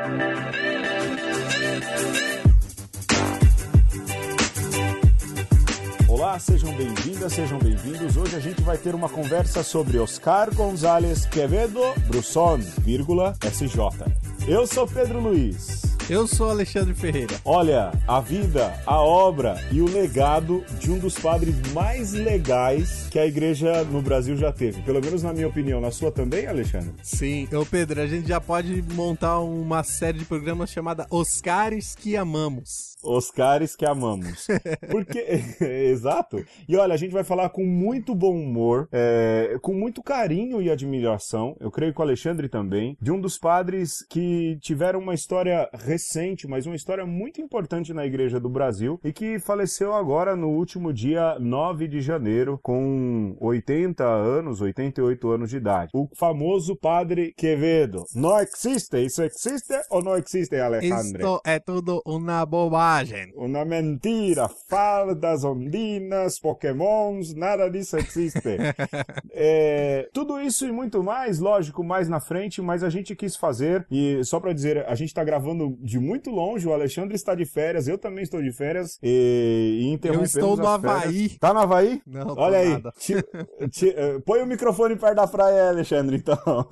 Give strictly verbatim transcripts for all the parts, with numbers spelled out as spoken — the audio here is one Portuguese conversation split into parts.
Olá, sejam bem-vindas, sejam bem-vindos. Hoje a gente vai ter uma conversa sobre Oscar González Quevedo Bresson, vírgula, S J. Eu sou Pedro Luiz. Eu sou Alexandre Ferreira. Olha, a vida, a obra e o legado de um dos padres mais legais que a igreja no Brasil já teve. Pelo menos na minha opinião. Na sua também, Alexandre? Sim. Ô Pedro, a gente já pode montar uma série de programas chamada Oscares que Amamos. Oscares que amamos. Porque, exato. E olha, a gente vai falar com muito bom humor, é, com muito carinho e admiração, eu creio que o Alexandre também, de um dos padres que tiveram uma história recente, mas uma história muito importante na Igreja do Brasil e que faleceu agora no último dia nove de janeiro, com oitenta anos, oitenta e oito anos de idade. O famoso Padre Quevedo. Não existe? Isso existe ou não existe, Alexandre? Isso é tudo uma bobagem. Uma mentira, fardas, ondinas, pokémons, nada disso existe. É, tudo isso e muito mais, lógico, mais na frente, mas a gente quis fazer, e só pra dizer, a gente tá gravando de muito longe, o Alexandre está de férias, eu também estou de férias, e, e interrompemos Eu estou no as férias. Havaí. Tá no Havaí? Não, olha aí. Nada. Te, te, põe o microfone perto da praia, Alexandre, então.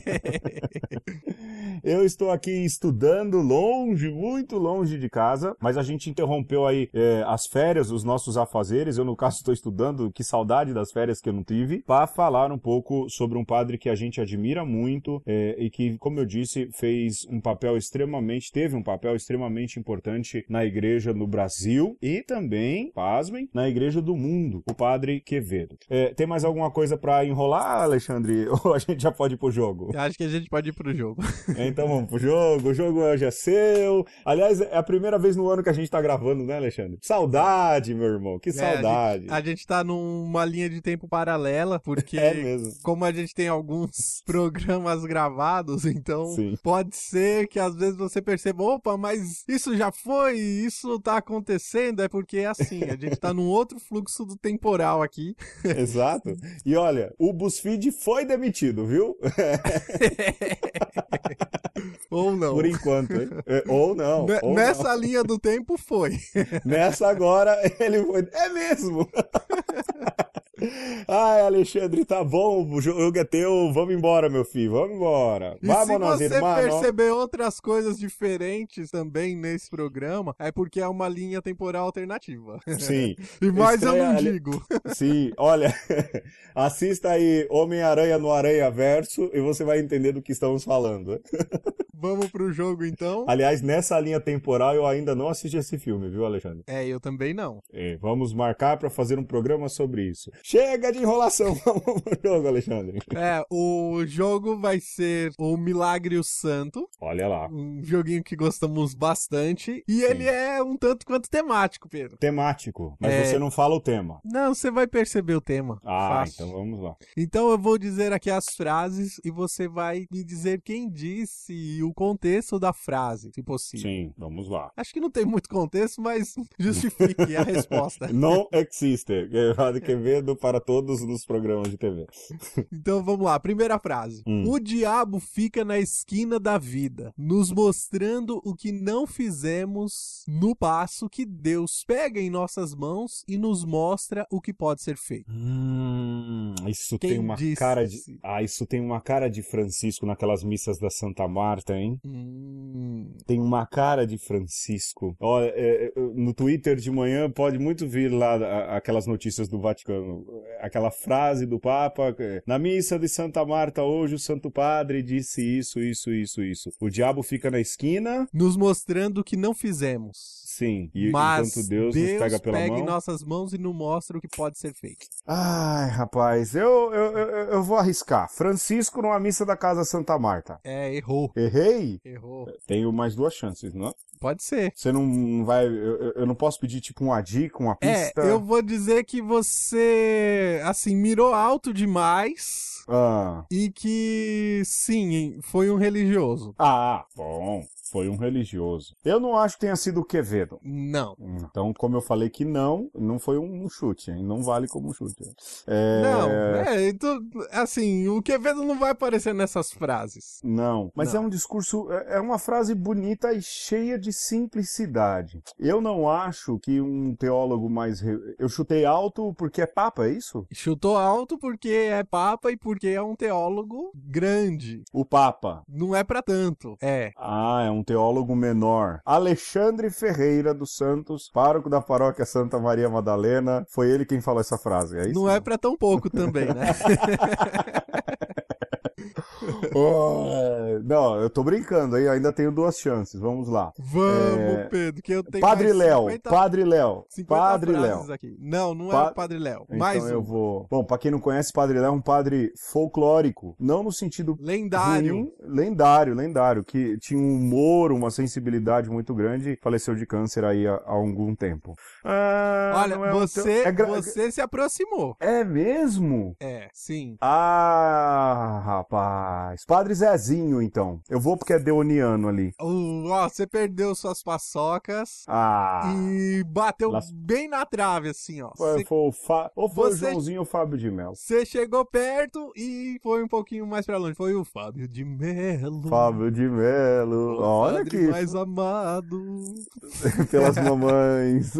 Eu estou aqui estudando longe, muito longe de casa, mas a gente interrompeu aí é, as férias, os nossos afazeres. Eu, no caso, estou estudando, que saudade das férias que eu não tive, para falar um pouco sobre um padre que a gente admira muito é, e que, como eu disse, fez um papel extremamente, teve um papel extremamente importante na igreja no Brasil e também, pasmem, na igreja do mundo, o Padre Quevedo. É, tem mais alguma coisa para enrolar, Alexandre? Ou a gente já pode ir pro jogo? Eu acho que a gente pode ir pro jogo. Então vamos pro jogo, o jogo hoje é seu. Aliás, é a primeira vez no ano que a gente tá gravando, né, Alexandre? Saudade, meu irmão, que saudade. É, a, gente, a gente tá numa linha de tempo paralela, porque é mesmo. Como a gente tem alguns programas gravados, então Sim. pode ser que às vezes você perceba, opa, mas isso já foi, isso tá acontecendo, é porque é assim, a gente tá num outro fluxo do temporal aqui. Exato. E olha, o BuzzFeed foi demitido, viu? Ou não. Por enquanto, hein? Ou não. N- ou nessa não. linha do tempo foi. Nessa agora ele foi. É mesmo! Ai, Alexandre, tá bom, o jogo é teu, vamos embora, meu filho, vamos embora. E Vamos, se você irmão. perceber outras coisas diferentes também nesse programa, é porque é uma linha temporal alternativa. Sim. E mais eu não Ale... digo. Sim, olha, assista aí Homem-Aranha no Aranha Verso e você vai entender do que estamos falando. Vamos pro jogo, então? Aliás, nessa linha temporal eu ainda não assisti esse filme, viu, Alexandre? É, eu também não. É, vamos marcar para fazer um programa sobre isso. Chega de enrolação, vamos pro jogo, Alexandre. É, o jogo vai ser o Milagre o Santo. Olha lá. Um joguinho que gostamos bastante. E Sim. ele é um tanto quanto temático, Pedro. Temático, mas É... você não fala o tema. Não, você vai perceber o tema. Ah, Fácil. então vamos lá. Então eu vou dizer aqui as frases e você vai me dizer quem disse e o contexto da frase, se possível. Sim, vamos lá. Acho que não tem muito contexto, mas justifique a resposta. Não existe. Padre Quevedo para todos nos programas de T V. Então vamos lá, primeira frase. Hum. O diabo fica na esquina da vida, nos mostrando o que não fizemos no passo que Deus pega em nossas mãos e nos mostra o que pode ser feito. Hum, isso Quem tem uma disse? cara de... Ah, isso tem uma cara de Francisco naquelas missas da Santa Marta, hein? Hum. Tem uma cara de Francisco. Olha, é, é, no Twitter de manhã pode muito vir lá a, aquelas notícias do Vaticano. Aquela frase do Papa, na missa de Santa Marta hoje o Santo Padre disse isso, isso, isso, isso. O diabo fica na esquina... Nos mostrando o que não fizemos. Sim, e Mas enquanto Deus, Deus nos pega pela pega mão... em nossas mãos e nos mostra o que pode ser feito. Ai, rapaz, eu, eu, eu, eu vou arriscar. Francisco numa missa da Casa Santa Marta. É, errou. Errei? Errou. Tenho mais duas chances, não é? pode ser. Você não vai... Eu, eu não posso pedir, tipo, uma dica, uma pista? É, eu vou dizer que você, assim, mirou alto demais Ah. e que, sim, foi um religioso. Ah, bom. Foi um religioso. Eu não acho que tenha sido o Quevedo. Não. Então, como eu falei que não, não foi um chute, hein? Não vale como um chute. É... Não, é, então, assim, o Quevedo não vai aparecer nessas frases. Não, mas Não. é um discurso, é uma frase bonita e cheia de simplicidade. Eu não acho que um teólogo mais... Re... Eu chutei alto porque é papa, é isso? Chutou alto porque é papa e porque é um teólogo grande. O papa. Não é pra tanto, é. Ah, é um teólogo menor. Alexandre Ferreira dos Santos, pároco da paróquia Santa Maria Madalena, foi ele quem falou essa frase, é isso? Não é pra tão pouco também, né? Oh, não, eu tô brincando aí, ainda tenho duas chances, vamos lá. Vamos, é... Pedro, que eu tenho Padre mais Léo, cinquenta, Padre Léo, cinquenta Padre frases Léo. aqui. Não, não Pa... é o Padre Léo. Então mais eu um. vou... Bom, pra quem não conhece, Padre Léo é um padre folclórico, não no sentido lendário. ruim, lendário, lendário, que tinha um humor, uma sensibilidade muito grande, faleceu de câncer aí há, há algum tempo. Ah, Olha, não é você, um... é gra... você se aproximou. É mesmo? É, sim. Ah, rapaz. Padre Zezinho, então. Eu vou porque é deoniano ali. Uh, ó, você perdeu suas paçocas Ah. e bateu Las... bem na trave, assim, ó. Foi, Cê... foi o Fa... Ou foi você... o Joãozinho ou o Fábio de Mello. Você chegou perto e foi um pouquinho mais pra longe. Foi o Fábio de Mello. Fábio de Mello. O Olha padre que... mais amado. Pelas mamães.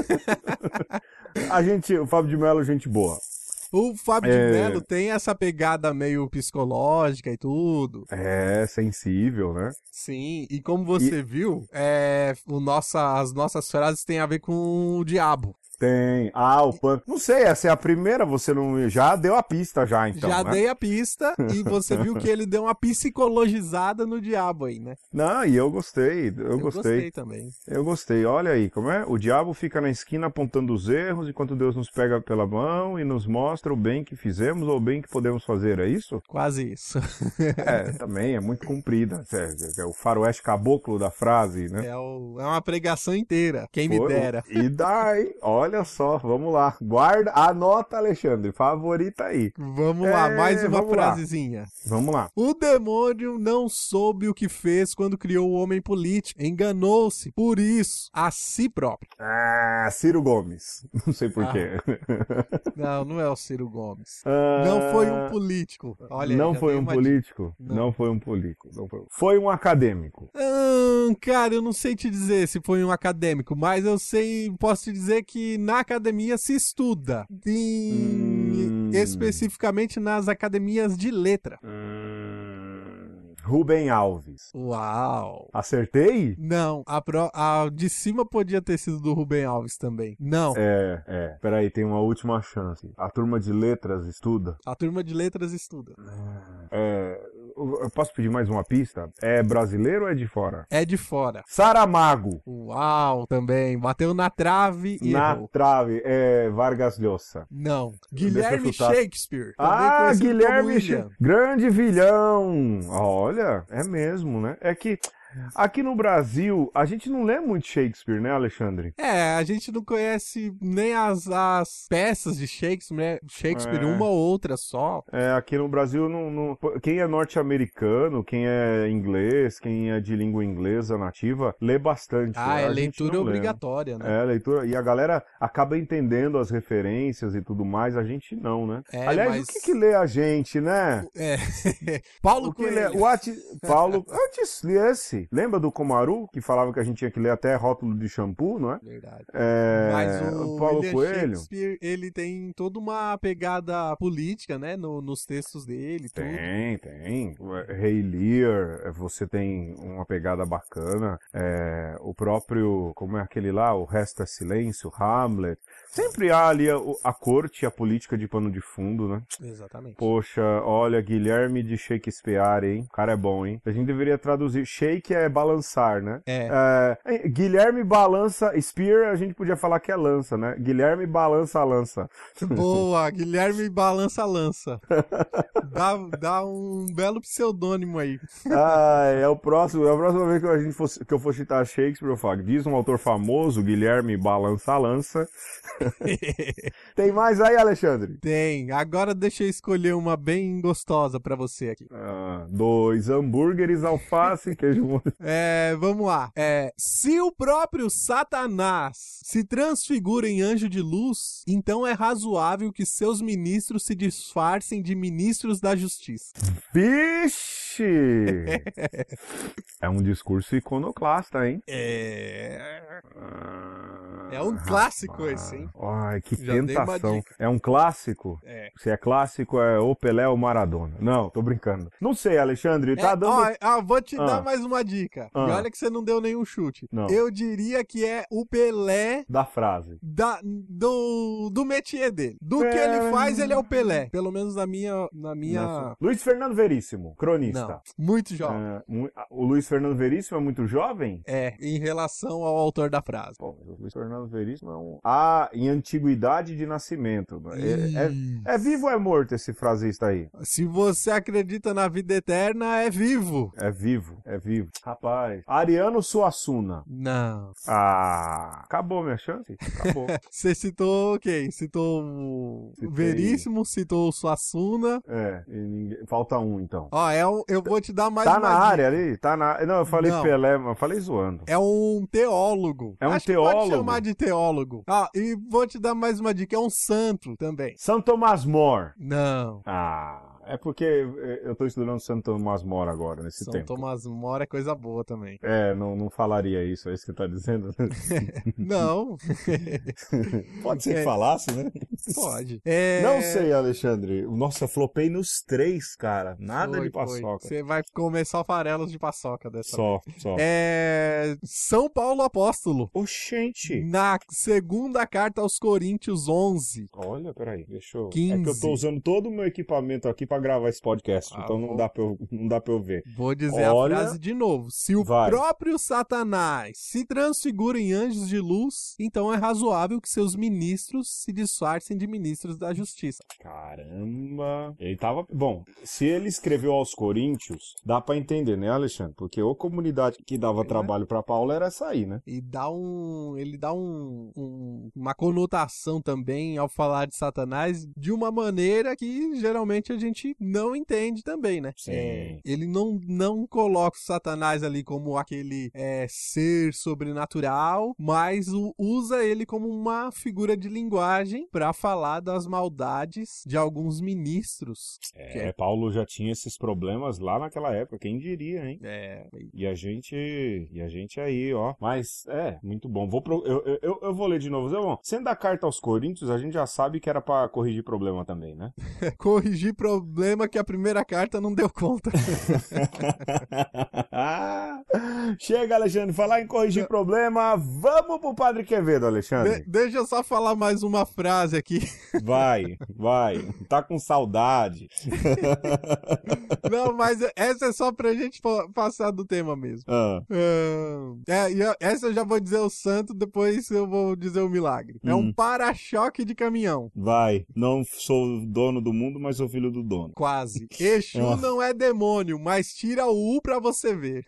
A gente, o Fábio de Mello, gente boa. O Fábio é... de Mello tem essa pegada meio psicológica e tudo. É, sensível, né? Sim, e como você e... viu, é, o nossa, as nossas frases têm a ver com o diabo. Tem. Ah, o pan... Não sei, essa é a primeira, você não... Já deu a pista já, então, Já né? dei a pista e você viu que ele deu uma psicologizada no diabo aí, né? Não, e eu gostei, eu, eu gostei. gostei também. Eu gostei, olha aí, como é? O diabo fica na esquina apontando os erros, enquanto Deus nos pega pela mão e nos mostra o bem que fizemos ou o bem que podemos fazer, é isso? Quase isso. É, também, é muito comprida. É, é o faroeste caboclo da frase, né? É, o, é uma pregação inteira, quem Foi, me dera. E daí, olha só, vamos lá. Guarda, anota, Alexandre, favorita aí. Vamos é, lá, mais uma frasezinha. Lá. Vamos lá. O demônio não soube o que fez quando criou o homem político. Enganou-se, por isso, a si próprio. Ah, Ciro Gomes. Não sei porquê. Ah. Não, não é o Ciro Gomes. Ah, não foi um político. Olha, não foi um político? Não. não foi um político. Não foi. foi um acadêmico. Hum, cara, eu não sei te dizer se foi um acadêmico, mas eu sei, posso te dizer que na academia se estuda. Em, hum. Especificamente nas academias de letra. Hum. Rubem Alves. Uau. Acertei? Não, a, pro, a de cima podia ter sido do Rubem Alves também. Não. É, é. Peraí, tem uma última chance. A turma de letras estuda? A turma de letras estuda. É, eu posso pedir mais uma pista? É brasileiro ou é de fora? É de fora. Saramago. Uau, também. Bateu na trave e Na errou. trave. É Vargas Llosa. Não. Guilherme Shakespeare. Ah, Guilherme Shakespeare. Grande vilão. Olha, é mesmo, né? É que... Aqui no Brasil, a gente não lê muito Shakespeare, né, Alexandre? É, a gente não conhece nem as, as peças de Shakespeare, né? Shakespeare, é. uma ou outra só. É, aqui no Brasil, não, não... quem é norte-americano, quem é inglês, quem é de língua inglesa nativa, lê bastante. Ah, é a leitura obrigatória, lê. né? É, leitura. E a galera acaba entendendo as referências e tudo mais, a gente não, né? É, Aliás, mas... o que que lê a gente, né? É. Paulo o que Coelho. Lê... O ati... Paulo... Antes lesse. Lembra do Komaru, que falava que a gente tinha que ler até rótulo de shampoo, não é? Verdade. É... Mas o, o Paulo William Coelho... Shakespeare, ele tem toda uma pegada política, né? No, nos textos dele. Tem, tudo. tem. Rei Lear, você tem uma pegada bacana. É... O próprio, como é aquele lá? O Resto é Silêncio, Hamlet. Sempre há ali a, a corte e a política de pano de fundo, né? Exatamente. Poxa, olha, Guilherme de Shakespeare, hein? O cara é bom, hein? A gente deveria traduzir. Shake é balançar, né? É. é. Guilherme balança. Spear, a gente podia falar que é lança, né? Guilherme balança a lança. Boa, Guilherme balança a lança. Dá, dá um belo pseudônimo aí. Ah, é o próximo. É a próxima vez que, a gente fosse, que eu for citar Shakespeare, eu falo. Diz um autor famoso, Guilherme balança a lança. Tem mais aí, Alexandre? Tem. Agora deixa eu escolher uma bem gostosa pra você aqui. Ah, dois hambúrgueres, alface e queijo. É, vamos lá. É, se o próprio Satanás se transfigura em anjo de luz, então é razoável que seus ministros se disfarcem de ministros da justiça. Vixe! É um discurso iconoclasta, hein? É... Ah, É um clássico esse, hein? Ai, que Já dei uma tentação. dica. É um clássico? É. Se é clássico, é ou Pelé ou Maradona. Não, tô brincando. Não sei, Alexandre, tá É, dando... ó, ó, vou te Ah. dar mais uma dica. Ah. E olha que você não deu nenhum chute. Não. Eu diria que é o Pelé Da frase. da, do, do métier dele. Do É. que ele faz, ele é o Pelé. Pelo menos na minha... Na minha... Nossa. Luiz Fernando Veríssimo, cronista. Não, muito jovem. Ah, mu- o Luiz Fernando Veríssimo é muito jovem? É, em relação ao autor da frase. Pô, o Luiz Fernando Veríssimo é um... Ah, em antiguidade de nascimento. É, é, é vivo ou é morto esse frasista aí? Se você acredita na vida eterna, é vivo. É vivo, é vivo. Rapaz, Ariano Suassuna. Não. Ah, acabou minha chance? Acabou. Você citou quem? Citou o Citei. Veríssimo, citou o Suassuna. É, e ninguém... falta um então. Ó, é um, eu vou te dar mais Tá uma na dica. área ali? Tá na... Não, eu falei Não. Pelé, mas eu falei zoando. É um teólogo. É um Acho que teólogo? pode chamar de teólogo. Ah, e vou te dar mais uma dica. É um santo também. São Tomás More. Não. Ah, é porque eu tô estudando Santo Tomás More agora, nesse São tempo. Tomás More é coisa boa também. É, não, não falaria isso, é isso que você tá dizendo? Não. Pode ser que É. falasse, né? Pode. É... Não sei, Alexandre. Nossa, flopei nos três, cara. Nada Foi, de paçoca. Você vai comer só farelos de paçoca dessa Só, só. É... São Paulo Apóstolo. Oxente. Na segunda carta aos Coríntios onze. Olha, peraí, deixa eu... quinze. É que eu tô usando todo o meu equipamento aqui pra gravar esse podcast, Ah, então não bom. dá, pra eu, não dá pra eu ver. Vou dizer Olha- a frase de novo. Se o Vai. próprio Satanás se transfigura em anjos de luz, então é razoável que seus ministros se disfarcem de ministros da justiça. Caramba. Ele tava... Bom, se ele escreveu aos Coríntios, dá pra entender, né, Alexandre? Porque a comunidade que dava É. trabalho pra Paulo era essa aí, né? E dá um. Ele dá um, um- uma conotação também ao falar de Satanás de uma maneira que geralmente a gente não entende também, né? Sim. É, ele não, não coloca o Satanás ali como aquele é, ser sobrenatural, mas o- usa ele como uma figura de linguagem para falar das maldades de alguns ministros. que É, Paulo já tinha esses problemas lá naquela época, quem diria, hein? É, E a gente, e a gente aí, ó. Mas, é, muito bom. Vou pro, eu, eu- eu, eu vou ler de novo. Zé, bom, sendo a carta aos Coríntios, a gente já sabe que era pra corrigir problema também, né? corrigir problema que a primeira carta não deu conta. Chega, Alexandre. Falar em corrigir problema, vamos pro Padre Quevedo, Alexandre. De- deixa eu só falar mais uma frase aqui. Vai, vai. Tá com saudade. Não, mas essa é só pra gente pa- passar do tema mesmo. Ah, Ah, é, e eu- essa eu já vou dizer o santo, depois eu vou dizer o milagre. É um Hum. para-choque de caminhão. vai. Não sou dono do mundo, mas sou filho do dono. Quase. Exu Ah. não é demônio, mas tira o U pra você ver.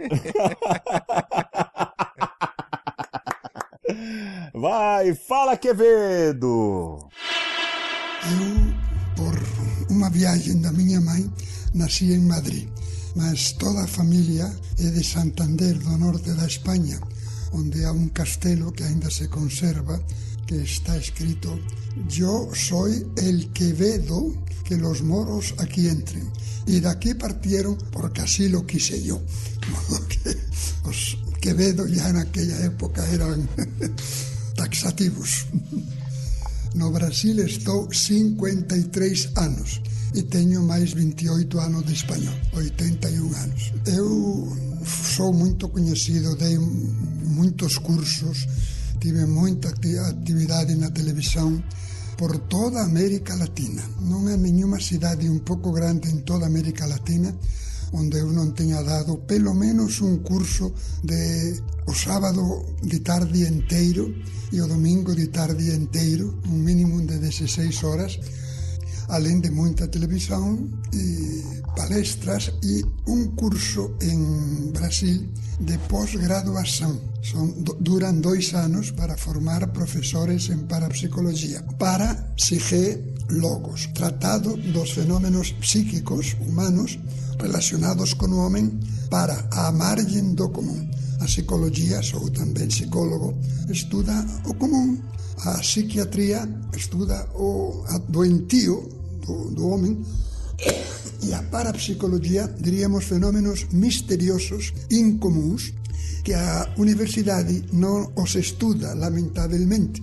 Vai, fala, Quevedo. Eu, por uma viagem da minha mãe, nasci em Madrid, mas toda a família é de Santander, do norte da Espanha, onde há um castelo que ainda se conserva, que está escrito: "Yo soy el Quevedo, que los moros aquí entren". E daqui partieron porque así lo quise yo. Modo que os Quevedo já naquela época eran taxativos. No Brasil estou cincuenta e três anos e tenho mais vinte e oito anos de espanhol, oitenta e um anos. Eu sou muito conhecido, dei muitos cursos, tive muita atividade na televisão por toda a América Latina. Não há nenhuma cidade um pouco grande em toda a América Latina onde eu não tenha dado pelo menos um curso de o sábado de tarde inteiro e o domingo de tarde inteiro, um mínimo de dezesseis horas, além de muita televisão e palestras e um curso em Brasil de pós-graduação. São, duram dois anos para formar professores em parapsicologia. Para Psyche Logos, tratado dos fenômenos psíquicos humanos relacionados com o homem para a margem do comum. A psicologia, sou também psicólogo, estuda o comum. A psiquiatria estuda o doentio do, do homem. E a parapsicologia, diríamos, fenômenos misteriosos, incomuns, que a universidade não os estuda, lamentavelmente,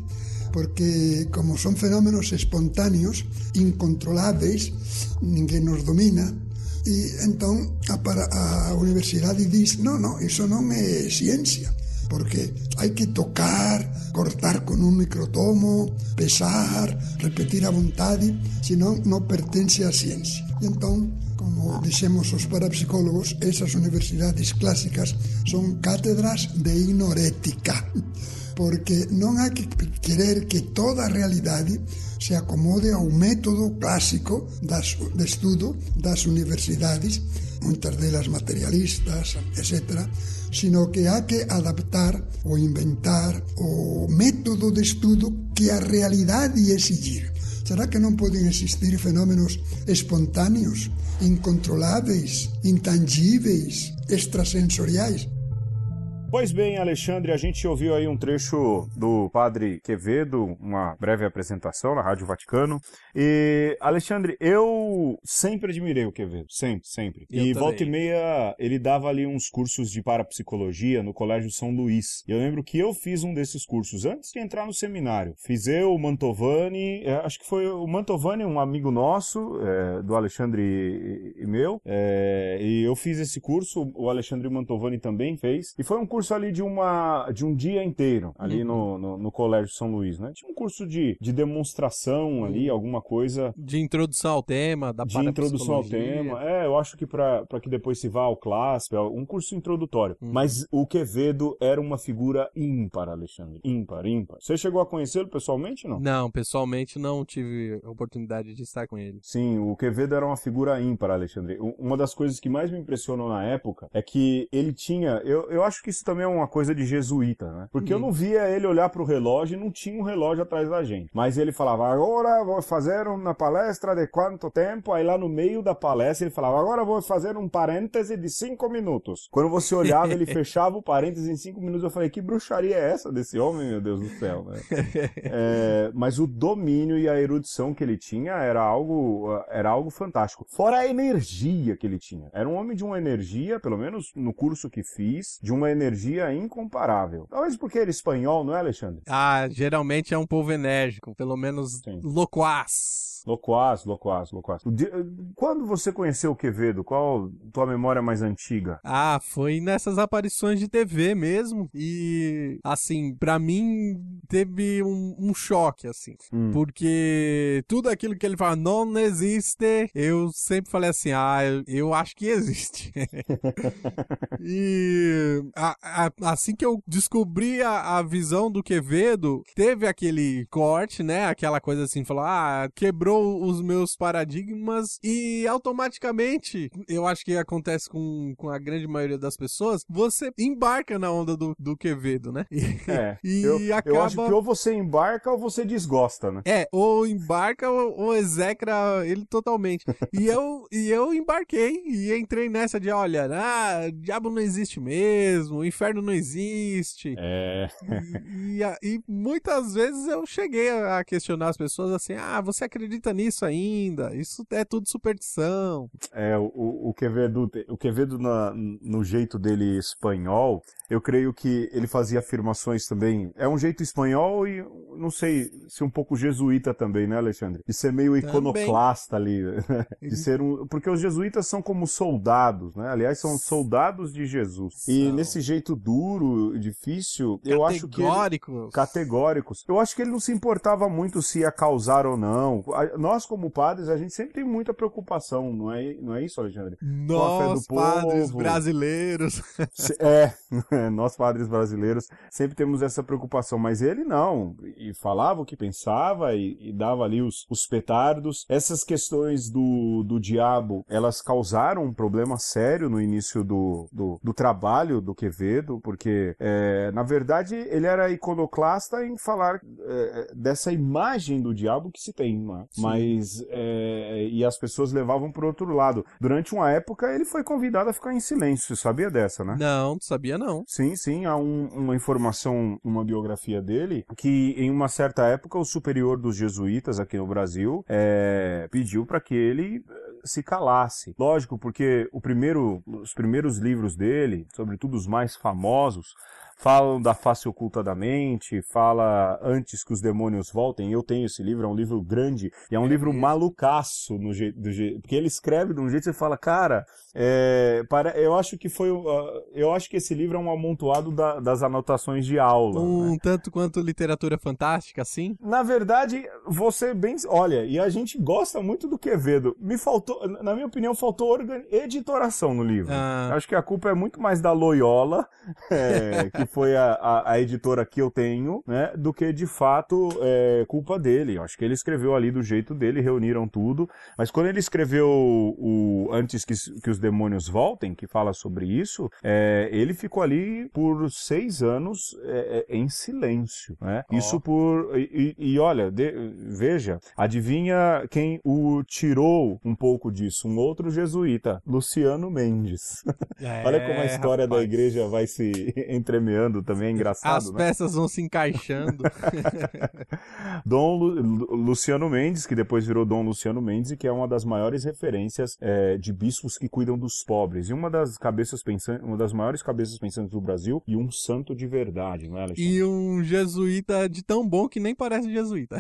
porque como são fenômenos espontâneos, incontroláveis, ninguém nos domina, e então a, para, a universidade diz, não, não, isso não é ciência, porque há que tocar, cortar com um microtomo, pesar, repetir à vontade, senão não pertence à ciência. E então, como dizemos os parapsicólogos, essas universidades clássicas são cátedras de ignorética, porque não há que querer que toda a realidade se acomode ao método clássico das, de estudo das universidades, muitas delas materialistas, etcétera, sino que há que adaptar ou inventar o método de estudo que a realidade exigir. Será que não podem existir fenômenos espontâneos, incontroláveis, intangíveis, extrasensoriais? Pois bem, Alexandre, a gente ouviu aí um trecho do Padre Quevedo, uma breve apresentação na Rádio Vaticano. E, Alexandre, eu sempre admirei o Quevedo, sempre, sempre. Eu e também. volta e meia, ele dava ali uns cursos de parapsicologia no Colégio São Luís. E eu lembro que eu fiz um desses cursos antes de entrar no seminário. Fiz eu, o Mantovani, é, acho que foi o Mantovani, um amigo nosso, é, do Alexandre e, e meu. É, e eu fiz esse curso, o Alexandre Mantovani também fez. E foi um curso ali de, uma, de um dia inteiro, ali uhum. no, no, no Colégio São Luís, né? Tinha um curso de, de demonstração ali, alguma coisa... De introdução ao tema, da De introdução ao tema. É, eu acho que para que depois se vá ao clássico, um curso introdutório. Uhum. Mas o Quevedo era uma figura ímpar, Alexandre. Ímpar, ímpar. Você chegou a conhecê-lo pessoalmente, não? Não, pessoalmente não tive a oportunidade de estar com ele. Sim, o Quevedo era uma figura ímpar, Alexandre. Uma das coisas que mais me impressionou na época é que ele tinha... Eu, eu acho que isso também é uma coisa de jesuíta, né? Porque uhum. eu não via ele olhar pro relógio e não tinha um relógio atrás da gente. Mas ele falava, agora vou fazer uma palestra de quanto tempo? Aí lá no meio da palestra ele falava, agora vou fazer um parêntese de cinco minutos. Quando você olhava, ele fechava o parêntese em cinco minutos. Eu falei, que bruxaria é essa desse homem, meu Deus do céu, né? é, mas o domínio e a erudição que ele tinha era algo, era algo fantástico. Fora a energia que ele tinha. Era um homem de uma energia, pelo menos no curso que fiz, de uma energia incomparável. Talvez porque ele é espanhol, não é, Alexandre? Ah, geralmente é um povo enérgico, pelo menos Sim. loquaz. Loquaz, loquaz, loquaz. Quando você conheceu o Quevedo? Qual a tua memória mais antiga? Ah, foi nessas aparições de T V mesmo. E, assim, pra mim teve um, um choque, assim. Hum. Porque tudo aquilo que ele fala, não existe, eu sempre falei assim, ah, eu, eu acho que existe. E a, a, assim que eu descobri a, a visão do Quevedo, teve aquele corte, né? Aquela coisa assim, falou, ah, quebrou os meus paradigmas e automaticamente, eu acho que acontece com, com a grande maioria das pessoas, você embarca na onda do, do Quevedo, né? E, é, e eu, acaba... eu acho que ou você embarca ou você desgosta, né? É, ou embarca ou, ou execra ele totalmente. E eu, e eu embarquei e entrei nessa de, olha, ah, diabo não existe mesmo, o inferno não existe. É. E, e, e muitas vezes eu cheguei a questionar as pessoas assim, ah, você acredita nisso ainda? Isso é tudo superstição. É, o, o Quevedo, o Quevedo na, no jeito dele espanhol, eu creio que ele fazia afirmações também. É um jeito espanhol e não sei se um pouco jesuíta também, né, Alexandre? De ser meio iconoclasta também. Ali. De ser um, porque os jesuítas são como soldados, né? Aliás, são soldados de Jesus. E nesse jeito jeito duro, difícil, eu acho que... Categóricos. Categóricos. Eu acho que ele não se importava muito se ia causar ou não. Nós, como padres, a gente sempre tem muita preocupação, não é, não é isso, Alexandre? Nós, padres brasileiros. É, nós, padres brasileiros, sempre temos essa preocupação, mas ele não. E falava o que pensava e, e dava ali os, os petardos. Essas questões do, do diabo, elas causaram um problema sério no início do, do, do trabalho do Quevedo, porque, é, na verdade, ele era iconoclasta em falar é, dessa imagem do diabo que se tem, não é? Mas, é, e as pessoas levavam para o outro lado. Durante uma época, ele foi convidado a ficar em silêncio, você sabia dessa, né? Não, sabia não. Sim, sim, há um, uma informação, uma biografia dele, que em uma certa época o superior dos jesuítas aqui no Brasil é, pediu para que ele se calasse. Lógico, porque o primeiro, os primeiros livros dele, sobretudo os mais famosos, falam da face oculta da mente, fala Antes que os Demônios Voltem. Eu tenho esse livro, é um livro grande, e é um é livro mesmo. malucaço, no jeito, do jeito, porque ele escreve de um jeito que você fala, cara, é, para, eu acho que foi, uh, eu acho que esse livro é um amontoado da, das anotações de aula. Um né? tanto quanto literatura fantástica, assim? Na verdade, você bem, olha, e a gente gosta muito do Quevedo. Me faltou, na minha opinião, faltou organ... editoração no livro. Ah. Acho que a culpa é muito mais da Loyola, é, que foi a, a, a editora que eu tenho, né, do que de fato é, culpa dele. Acho que ele escreveu ali do jeito dele, reuniram tudo, mas quando ele escreveu o, o Antes que, que os Demônios Voltem, que fala sobre isso, é, ele ficou ali por seis anos é, é, em silêncio, né? Oh. Isso por... E, e, e olha, de, veja, adivinha quem o tirou um pouco disso? Um outro jesuíta, Luciano Mendes. É, olha como a história rapaz. da igreja vai se entremeando também, é engraçado, As né? peças vão se encaixando. Dom Lu, Luciano Mendes, que depois virou Dom Luciano Mendes, e que é uma das maiores referências é, de bispos que cuidam dos pobres. E uma das cabeças pensantes, uma das maiores cabeças pensantes do Brasil, e um santo de verdade, não é, Alexandre? E um jesuíta de tão bom que nem parece jesuíta.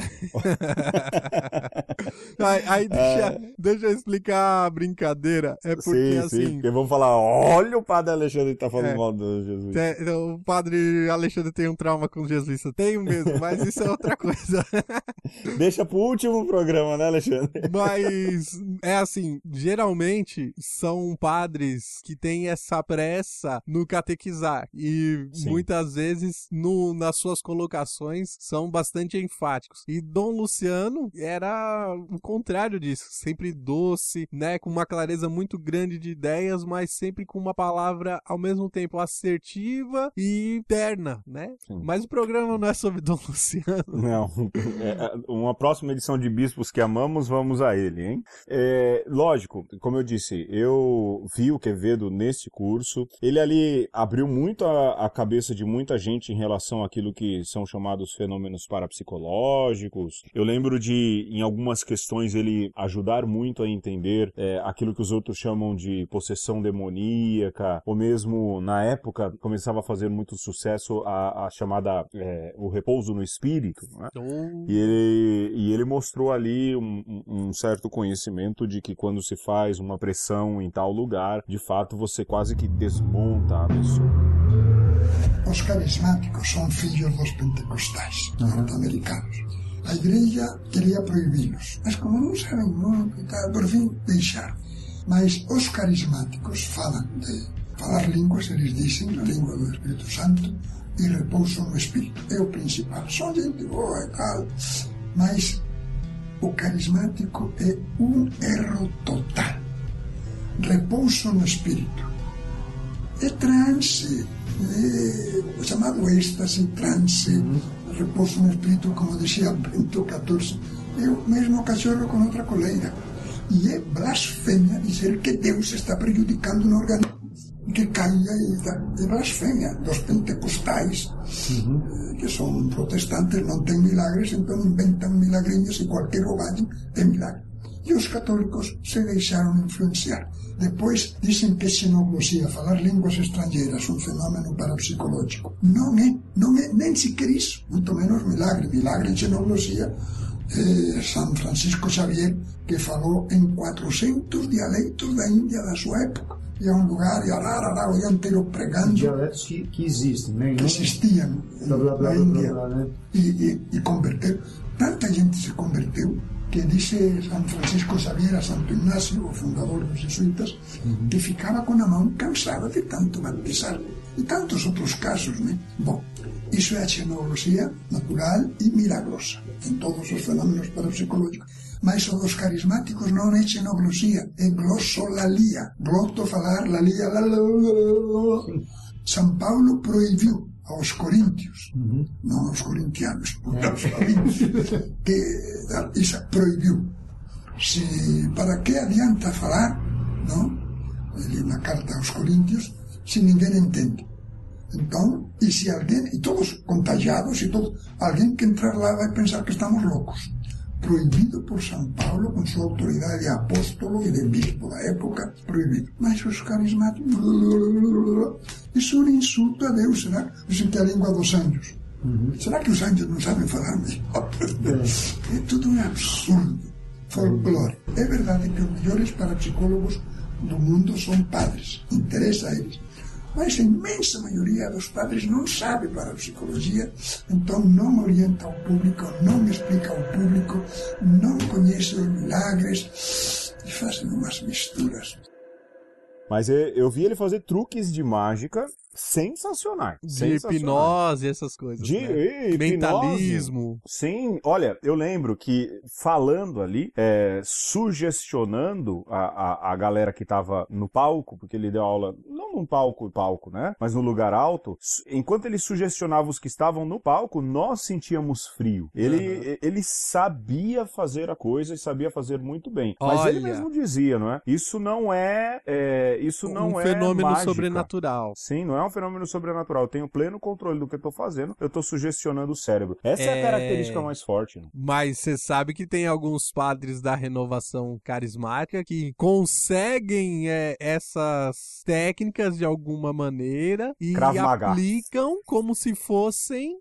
aí aí deixa, é... deixa eu explicar a brincadeira. É porque sim, assim... Sim, porque vamos falar, olha o padre Alexandre tá falando é, mal do jesuíta. É, o padre Alexandre tem um trauma com Jesus, eu tenho mesmo, mas isso é outra coisa. Deixa pro último programa, né, Alexandre? Mas é assim, geralmente são padres que têm essa pressa no catequizar e Sim. muitas vezes no, nas suas colocações são bastante enfáticos. E Dom Luciano era o contrário disso, sempre doce, né, com uma clareza muito grande de ideias, mas sempre com uma palavra ao mesmo tempo assertiva e terna, né? Sim. Mas o programa não é sobre Dom Luciano. Não. É, uma próxima edição de Bispos que Amamos, vamos a ele, hein? É, lógico, como eu disse, eu vi o Quevedo nesse curso. Ele ali abriu muito a, a cabeça de muita gente em relação àquilo que são chamados fenômenos parapsicológicos. Eu lembro de, em algumas questões, ele ajudar muito a entender é, aquilo que os outros chamam de possessão demoníaca, ou mesmo, na época, começava a fazer muito sucesso a, a chamada, é, o repouso no espírito, né? Oh. E, ele, e ele mostrou ali um, um certo conhecimento de que quando se faz uma pressão em tal lugar, de fato você quase que desmonta a pessoa. Os carismáticos são filhos dos pentecostais uhum. norte-americanos. A igreja queria proibi-los, mas como não sabem muito e tal, por fim deixaram. Mas os carismáticos falam de falar línguas, eles dizem a língua do Espírito Santo e repouso no Espírito. É o principal. São gente boa e tal, mas o carismático é um erro total. Repouso no Espírito. É transe, é o chamado êxtase, transe, uhum. repouso no Espírito, como dizia Bento quatorze, é o mesmo cachorro com outra coleira. E é blasfêmia dizer que Deus está prejudicando no organismo, que caia e é blasfêmia dos pentecostais, uhum. que são protestantes, não têm milagres, então inventam milagrinhos e qualquer bobagem é milagre. E os católicos se deixaram influenciar. Depois dizem que xenoglosia, falar línguas estrangeiras, um fenômeno parapsicológico. Não é, não é nem sequer isso, muito menos milagre. Milagre e xenoglosia, eh, São Francisco Xavier, que falou em quatrocentos dialectos da Índia da sua época, ia a um lugar e ararará, o dia inteiro pregando. Dialetos que, que existem, né? Que existiam blá, blá, blá, na Índia. blá, blá, né? e, e, e converteu. Tanta gente se converteu que disse São Francisco Xavier, Santo Ignacio, o fundador dos jesuítas, uhum. que ficava com a mão cansada de tanto batizar. E tantos outros casos, né? Bom, isso é a xenoglosia natural e milagrosa, em todos os fenómenos parapsicológicos. Mas o dos carismáticos não é xenoglosia, é glossolalia. Gloto, falar, lalia, lalala. São Paulo proibiu aos coríntios, uhum. não aos corintianos, que isso proibiu. Se, para que adianta falar, não? Ele na carta aos coríntios, se ninguém entende. Então, e se alguém, e todos contagiados, e todos, alguém que entrar lá vai pensar que estamos loucos. Proibido por São Paulo, com sua autoridade de apóstolo e de bispo da época, proibido. Mas os carismáticos, isso é um insulto a Deus, será? Dizem que é a língua dos anjos. Uhum. Será que os anjos não sabem falar melhor? É, é tudo um absurdo. Folclore. É verdade que os melhores parapsicólogos do mundo são padres, interessa a eles. Mas a imensa maioria dos padres não sabe parapsicologia, então não orienta o público, não explica ao público, não conhece os milagres e fazem umas misturas. Mas eu vi ele fazer truques de mágica sensacionais. De sensacionais. hipnose, essas coisas. De né? Mentalismo. Sim, olha, eu lembro que falando ali, é, sugestionando a, a, a galera que tava no palco, porque ele deu aula, não num palco, palco, né? Mas no lugar alto, enquanto ele sugestionava os que estavam no palco, nós sentíamos frio. Ele, uhum. ele sabia fazer a coisa e sabia fazer muito bem. Mas olha, ele mesmo dizia, não é? Isso não é, é isso não um é fenômeno mágica. Sobrenatural. Sim, não é um fenômeno sobrenatural. Eu tenho pleno controle do que eu tô fazendo, eu tô sugestionando o cérebro. Essa é, é a característica mais forte. Né? Mas você sabe que tem alguns padres da renovação carismática que conseguem é, essas técnicas de alguma maneira e aplicam como se fossem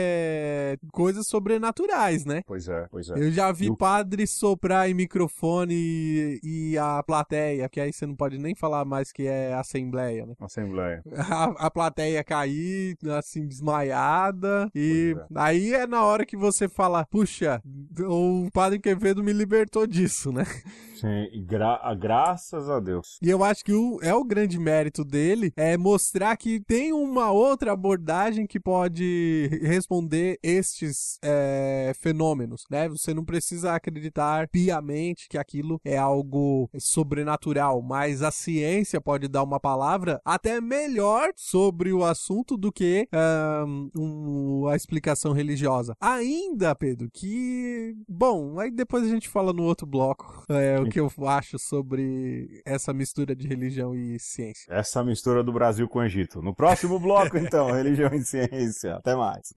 é, coisas sobrenaturais, né? Pois é, pois é. Eu já vi eu... padre soprar em microfone e, e a plateia, que aí você não pode nem falar mais que é assembleia, né? Assembleia. A, a plateia cair, assim, desmaiada. E é. aí é na hora que você fala, puxa, o Padre Quevedo me libertou disso, né? Sim, gra graças a Deus. E eu acho que o, é o grande mérito dele é mostrar que tem uma outra abordagem que pode responder estes é, fenômenos, né? Você não precisa acreditar piamente que aquilo é algo sobrenatural, mas a ciência pode dar uma palavra até melhor sobre o assunto do que um, um, a explicação religiosa. Ainda, Pedro, que... Bom, aí depois a gente fala no outro bloco é, o que eu acho sobre essa mistura de religião e ciência. Essa mistura do Brasil com o Egito. No próximo bloco, então, religião e ciência. Até mais.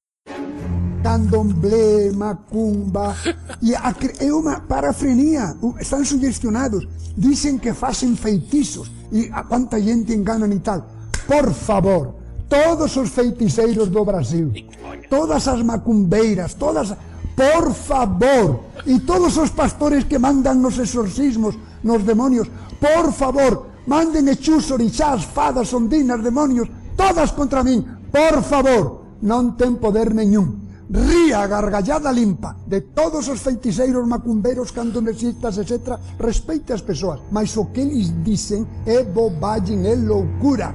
Candomblé, macumba, e é uma parafrenia, estão sugestionados, dizem que fazem feitiços, e a quanta gente enganam e tal. Por favor, todos os feiticeiros do Brasil, todas as macumbeiras, todas, por favor, e todos os pastores que mandam nos exorcismos, nos demónios, por favor, mandem hechus, orixás, fadas, ondinas, demónios, todas contra mim, por favor, não tem poder nenhum. Ría, gargallada limpa, de todos os feiticeiros, macumbeiros, candomblessistas, etcétera, respeite as pessoas, mas o que eles dizem é bobagem, é loucura.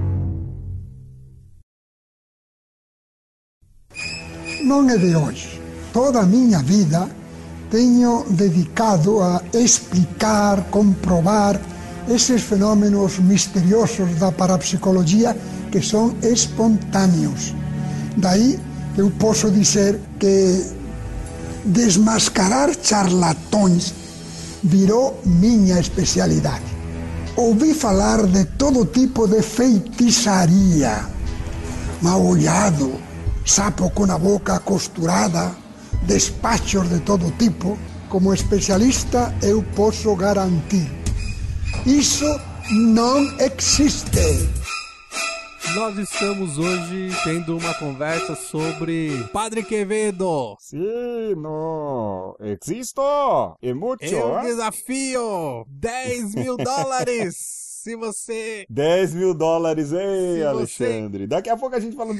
Não é de hoje. Toda a minha vida tenho dedicado a explicar, comprovar esses fenômenos misteriosos da parapsicologia que são espontâneos. Daí eu posso dizer que desmascarar charlatões virou minha especialidade. Ouvi falar de todo tipo de feitiçaria, mal-olhado, sapo com a boca costurada, despachos de todo tipo. Como especialista eu posso garantir, isso não existe. Nós estamos hoje tendo uma conversa sobre Padre Quevedo. Sim, no, existo, e muito. Eu desafio dez mil dólares Se você... dez mil dólares, ei, Se Alexandre. você... Daqui a pouco a gente fala... Do...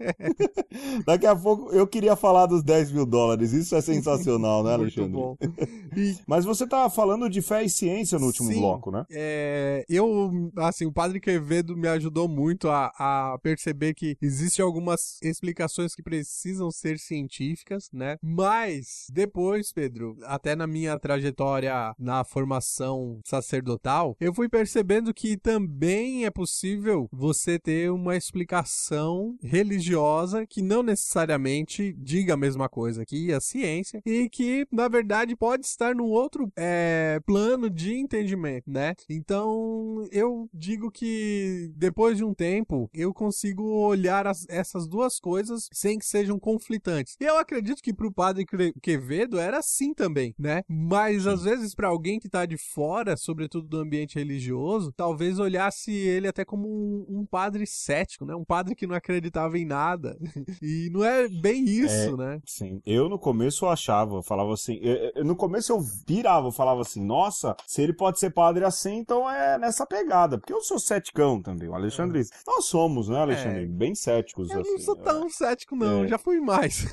Daqui a pouco eu queria falar dos dez mil dólares. Isso é sensacional, né, Alexandre? Muito bom. E... Mas você tava falando de fé e ciência no último Sim, bloco, né? É, eu, assim, o Padre Quevedo me ajudou muito a, a perceber que existem algumas explicações que precisam ser científicas, né? Mas, depois, Pedro, até na minha trajetória na formação sacerdotal, eu fui percebendo que também é possível você ter uma explicação religiosa que não necessariamente diga a mesma coisa que a ciência e que, na verdade, pode estar num outro é, plano de entendimento, né? Então, eu digo que depois de um tempo, eu consigo olhar as, essas duas coisas sem que sejam conflitantes. E eu acredito que pro Padre Quevedo era assim também, né? Mas, às vezes, para alguém que tá de fora, sobretudo do ambiente religioso, talvez olhasse ele até como um, um padre cético, né? Um padre que não acreditava em nada. E não é bem isso, é, né? Sim. Eu, no começo, eu achava, eu falava assim... Eu, eu, no começo, eu pirava, eu falava assim, nossa, se ele pode ser padre assim, então é nessa pegada. Porque eu sou ceticão também, o Alexandre. É. Nós somos, né, Alexandre? É. Bem céticos, eu assim. Eu não sou tão é. cético, não. É. Já fui mais.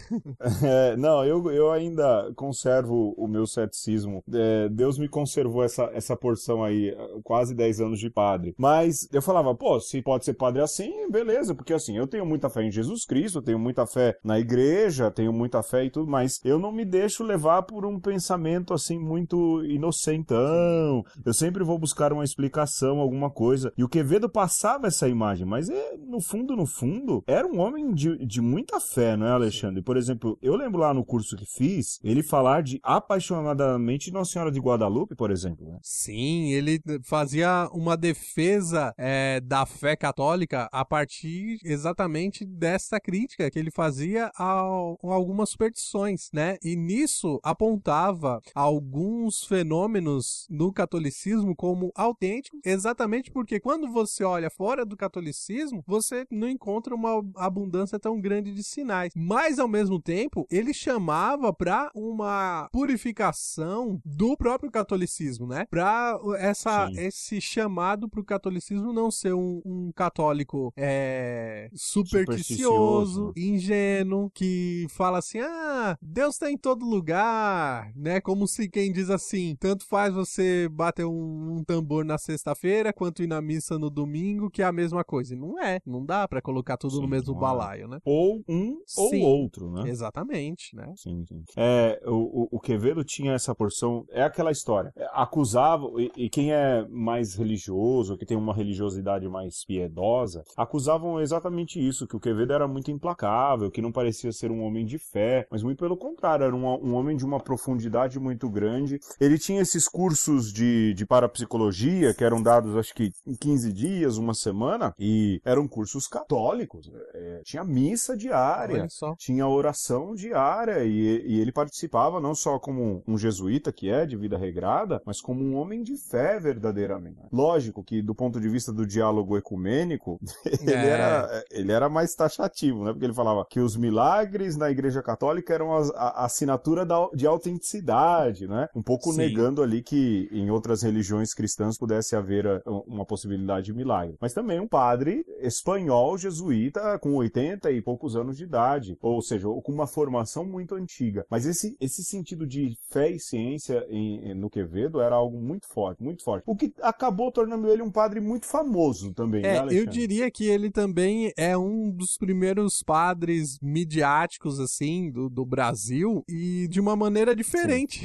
É, não, eu, eu ainda conservo o meu ceticismo. É, Deus me conservou essa, essa porção aí, quase dez anos de padre. Mas eu falava, pô, se pode ser padre assim, beleza. Porque assim, eu tenho muita fé em Jesus Cristo, eu tenho muita fé na igreja, tenho muita fé e tudo, mas eu não me deixo levar por um pensamento assim muito inocentão. Eu sempre vou buscar uma explicação, alguma coisa. E o Quevedo passava essa imagem, mas é, no fundo, no fundo, era um homem de, de muita fé, não é, Alexandre? Por exemplo, eu lembro lá no curso que fiz, ele falar de apaixonadamente Nossa Senhora de Guadalupe, por exemplo. Né? Sim, ele fazia uma defesa é, da fé católica a partir exatamente dessa crítica que ele fazia a, a algumas superstições, né? E nisso apontava alguns fenômenos no catolicismo como autêntico, exatamente porque quando você olha fora do catolicismo, você não encontra uma abundância tão grande de sinais. Mas, ao mesmo tempo, ele chamava para uma purificação do próprio catolicismo, né? Para essa esse chamado para o catolicismo não ser um, um católico é, supersticioso, ingênuo, que fala assim, ah, Deus está em todo lugar, né? Como se quem diz assim, tanto faz você bater um, um tambor na sexta-feira quanto ir na missa no domingo, que é a mesma coisa. E não é, não dá para colocar tudo sim, no mesmo balaio, né? Ou um sim, ou outro, né? Exatamente, né? Sim, sim. É, o, o Quevedo tinha essa porção, é aquela história, acusava, e, e quem é mais religioso, que tem uma religiosidade mais piedosa, acusavam exatamente isso, que o Quevedo era muito implacável, que não parecia ser um homem de fé, mas muito pelo contrário, era um, um homem de uma profundidade muito grande. Ele tinha esses cursos de, de parapsicologia, que eram dados, acho que em quinze dias, uma semana, e eram cursos católicos. É, tinha missa diária, tinha oração diária, e, e ele participava não só como um jesuíta, que é de vida regrada, mas como um homem de fé verdadeiramente. Lógico que, do ponto de vista do diálogo ecumênico, ele, é. era, ele era mais taxativo, né? Porque ele falava que os milagres na Igreja Católica eram a, a assinatura da, de autenticidade, né? Um pouco Sim. negando ali que em outras religiões cristãs pudesse haver a, uma possibilidade de milagre. Mas também um padre espanhol, jesuíta, com oitenta e poucos anos de idade, ou seja, com uma formação muito antiga. Mas esse, esse sentido de fé e ciência em, no Quevedo era algo muito forte, muito forte. O que acabou tornando ele um padre muito famoso também, é, né, Alexandre? Eu diria que ele também é um dos primeiros padres midiáticos, assim, do, do Brasil, e de uma maneira diferente.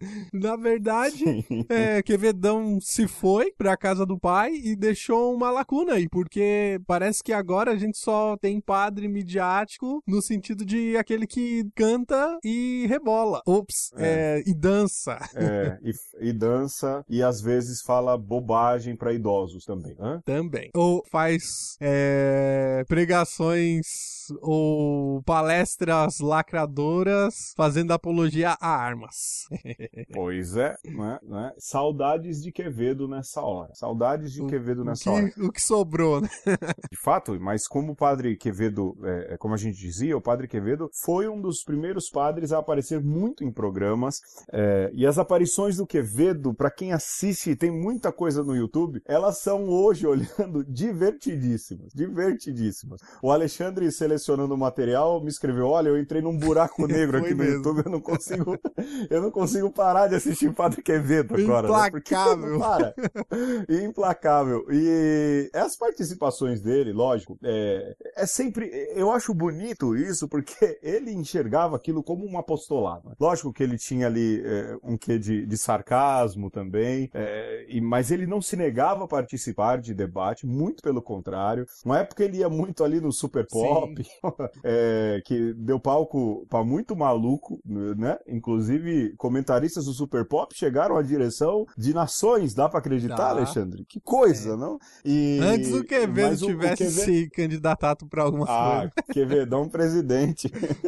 Na verdade, é, Quevedão se foi pra casa do pai e deixou uma lacuna aí, porque parece que agora a gente só tem padre midiático no sentido de aquele que canta e rebola. Ops, é. É, e dança. É, e, e dança, e às vezes fala bobagem pra idosos também. Hã? Também. Ou faz é, pregações ou palestras lacradoras fazendo apologia a armas. Pois é, né, né? Saudades de Quevedo nessa hora. Saudades de O- Quevedo o nessa que, hora. o que sobrou, né? De fato, mas como o padre Quevedo, é, como a gente dizia, o padre Quevedo foi um dos primeiros padres a aparecer muito em programas, é, e as aparições do Quevedo, para quem assiste, tem muita coisa no YouTube, elas são hoje, olhando, divertidíssimas, divertidíssimas. O Alexandre, selecionando o material, me escreveu, olha, eu entrei num buraco negro Foi aqui no mesmo. YouTube, eu não consigo, eu não consigo parar de assistir o padre Quevedo agora. Né? Porque Implacável. não para. Implacável. E as participações dele, lógico, é, é sempre, eu acho bonito isso, porque ele enxergava aquilo como um apostolado. Lógico que ele tinha ali é, um quê de, de sarcasmo também, é, e, mas ele não se negava a participar de debate, muito pelo contrário. Uma época ele ia muito ali no Super Pop, é, que deu palco para muito maluco, né? Inclusive, comentaristas do Super Pop chegaram à direção de nações, dá para acreditar, Dá. Alexandre? Que coisa, É. não? E, Antes o Quevedo mas o- o tivesse Quevedo- se candidatado pra alguma Ah, coisa. Quevedão presidente.